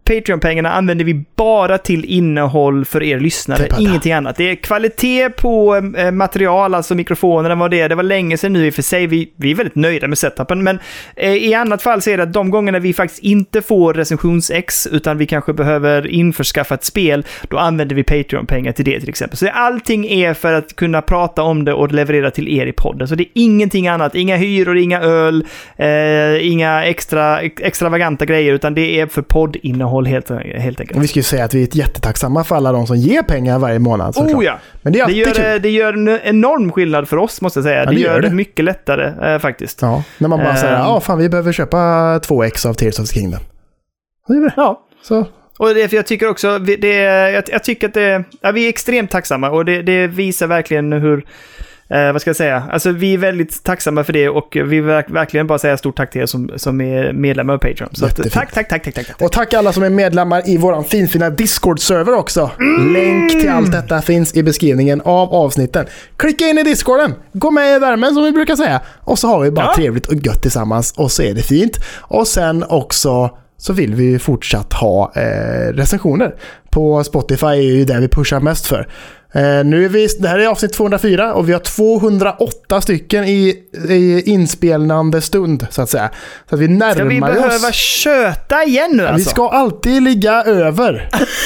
Speaker 3: Patreon-pengarna använder vi bara till innehåll för er lyssnare, ingenting annat. Det är kvalitet på material, alltså mikrofonerna, det var länge sedan nu i och för sig. Vi är väldigt nöjda med setupen, men i annat fall så är det att de gångerna vi faktiskt inte får recensions-X utan vi kanske behöver införskaffa ett spel, då använder vi Patreon-pengar till det till exempel. Så allting är för att kunna prata om det och leverera till er i podden. Så det är ingenting annat, inga hyror, inga öl, inga extravaganta grejer, utan det är för poddinnehåll helt enkelt.
Speaker 2: Och vi ska ju säga att vi är jättetacksamma för alla de som ger pengar varje månad.
Speaker 3: Ja. Men det gör en enorm skillnad för oss, måste jag säga. Ja, det gör det mycket lättare faktiskt.
Speaker 2: Ja, när man bara säger, fan vi behöver köpa 2x av Tears of the Kingdom.
Speaker 3: Ja, så. Och det, för jag tycker också, jag tycker att vi är extremt tacksamma och det visar verkligen hur, vad ska jag säga, alltså vi är väldigt tacksamma för det och vi vill verkligen bara säga stort tack till er som är medlemmar av Patreon. Så tack.
Speaker 2: Och tack alla som är medlemmar i våran finfina Discord-server också. Länk till allt detta finns i beskrivningen av avsnitten. Klicka in i Discorden, gå med i värmen som vi brukar säga, och så har vi bara trevligt och gött tillsammans och så är det fint. Och sen också så vill vi fortsatt ha recensioner. På Spotify är ju det vi pushar mest för. Nu är det här är avsnitt 204 och vi har 208 stycken i inspelande stund så att säga. Så att vi närmar oss. Ska vi
Speaker 3: behöva köta igen nu alltså?
Speaker 2: Vi ska alltid ligga över.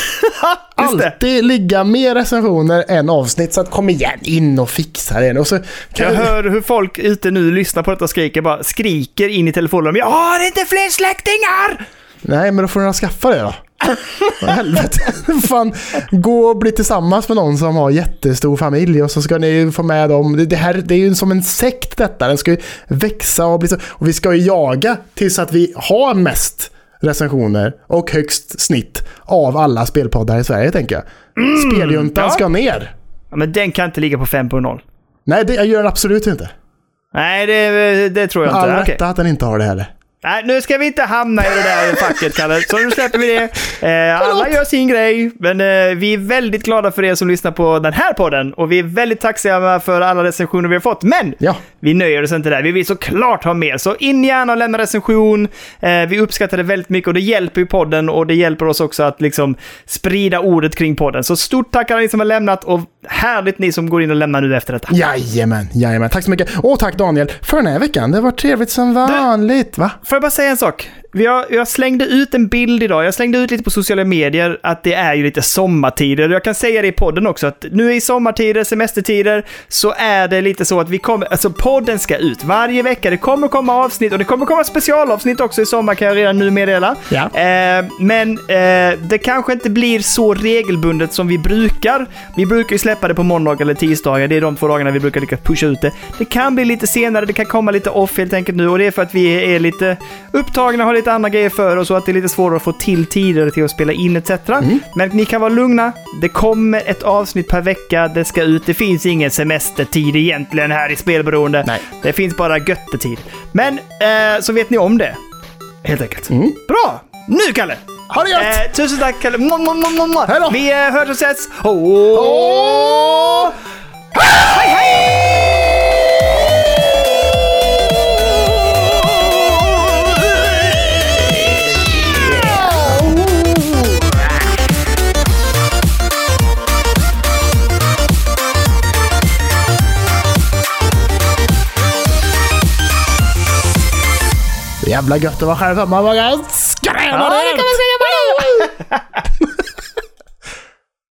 Speaker 2: Alltid ligga mer recensioner än avsnitt, så att kom igen in och fixa det. Och så
Speaker 3: jag hör hur folk ute nu lyssnar på detta och skriker in i telefonen. Jag har inte fler släktingar!
Speaker 2: Nej, men då får du skaffa det då. Helvete. Fan, gå och bli tillsammans med någon som har jättestor familj och så ska ni få med dem. Det är ju som en sekt detta. Den ska ju växa och bli så. Och vi ska ju jaga tills att vi har mest recensioner och högst snitt av alla spelpoddar i Sverige, tänker jag. Speljuntan ska ner.
Speaker 3: Ja, men den kan inte ligga på 5.0.
Speaker 2: Nej, det gör den absolut inte.
Speaker 3: Nej, det tror jag inte.
Speaker 2: All rätta att den inte har det heller.
Speaker 3: Nej, nu ska vi inte hamna i det där facket, Kalle. Så nu släpper vi det. Alla gör sin grej, men vi är väldigt glada för er som lyssnar på den här podden. Och vi är väldigt tacksamma för alla recensioner vi har fått. Men vi nöjer oss inte där. Vi vill såklart ha mer. Så in gärna och lämna recension. Vi uppskattar det väldigt mycket och det hjälper ju podden. Och det hjälper oss också att liksom sprida ordet kring podden. Så stort tack alla ni som har lämnat och härligt ni som går in och lämnar nu efter detta.
Speaker 2: Jajamän. Tack så mycket. Och tack Daniel för den här veckan. Det var trevligt som vanligt, va?
Speaker 3: Får jag bara säga en sak? Jag slängde ut en bild idag. Jag slängde ut lite på sociala medier att det är ju lite sommartider. Jag kan säga det i podden också att nu i sommartider, semestertider så är det lite så att vi kommer, alltså podden ska ut varje vecka. Det kommer komma avsnitt och det kommer komma specialavsnitt också i sommar, kan jag redan nu meddela.
Speaker 2: Ja.
Speaker 3: Men det kanske inte blir så regelbundet som vi brukar. Vi brukar ju släppa det på måndag eller tisdagar. Det är de 2 dagarna vi brukar lyckas pusha ut det. Det kan bli lite senare, det kan komma lite off helt enkelt nu och det är för att vi är lite upptagna, har lite andra grejer för och så att det är lite svårare att få till tider till att spela in etc. Men ni kan vara lugna. Det kommer ett avsnitt per vecka. Det ska ut. Det finns ingen semestertid egentligen här i Spelberoende. Nej. Det finns bara göttetid. Men så vet ni om det. Helt enkelt. Bra! Nu, Kalle!
Speaker 2: Ha det gött!
Speaker 3: Tusen tack, Kalle.
Speaker 2: Hej då!
Speaker 3: Vi hörs och ses. Hej!
Speaker 2: Jävla gött att vara själv hemma. Skrämma det!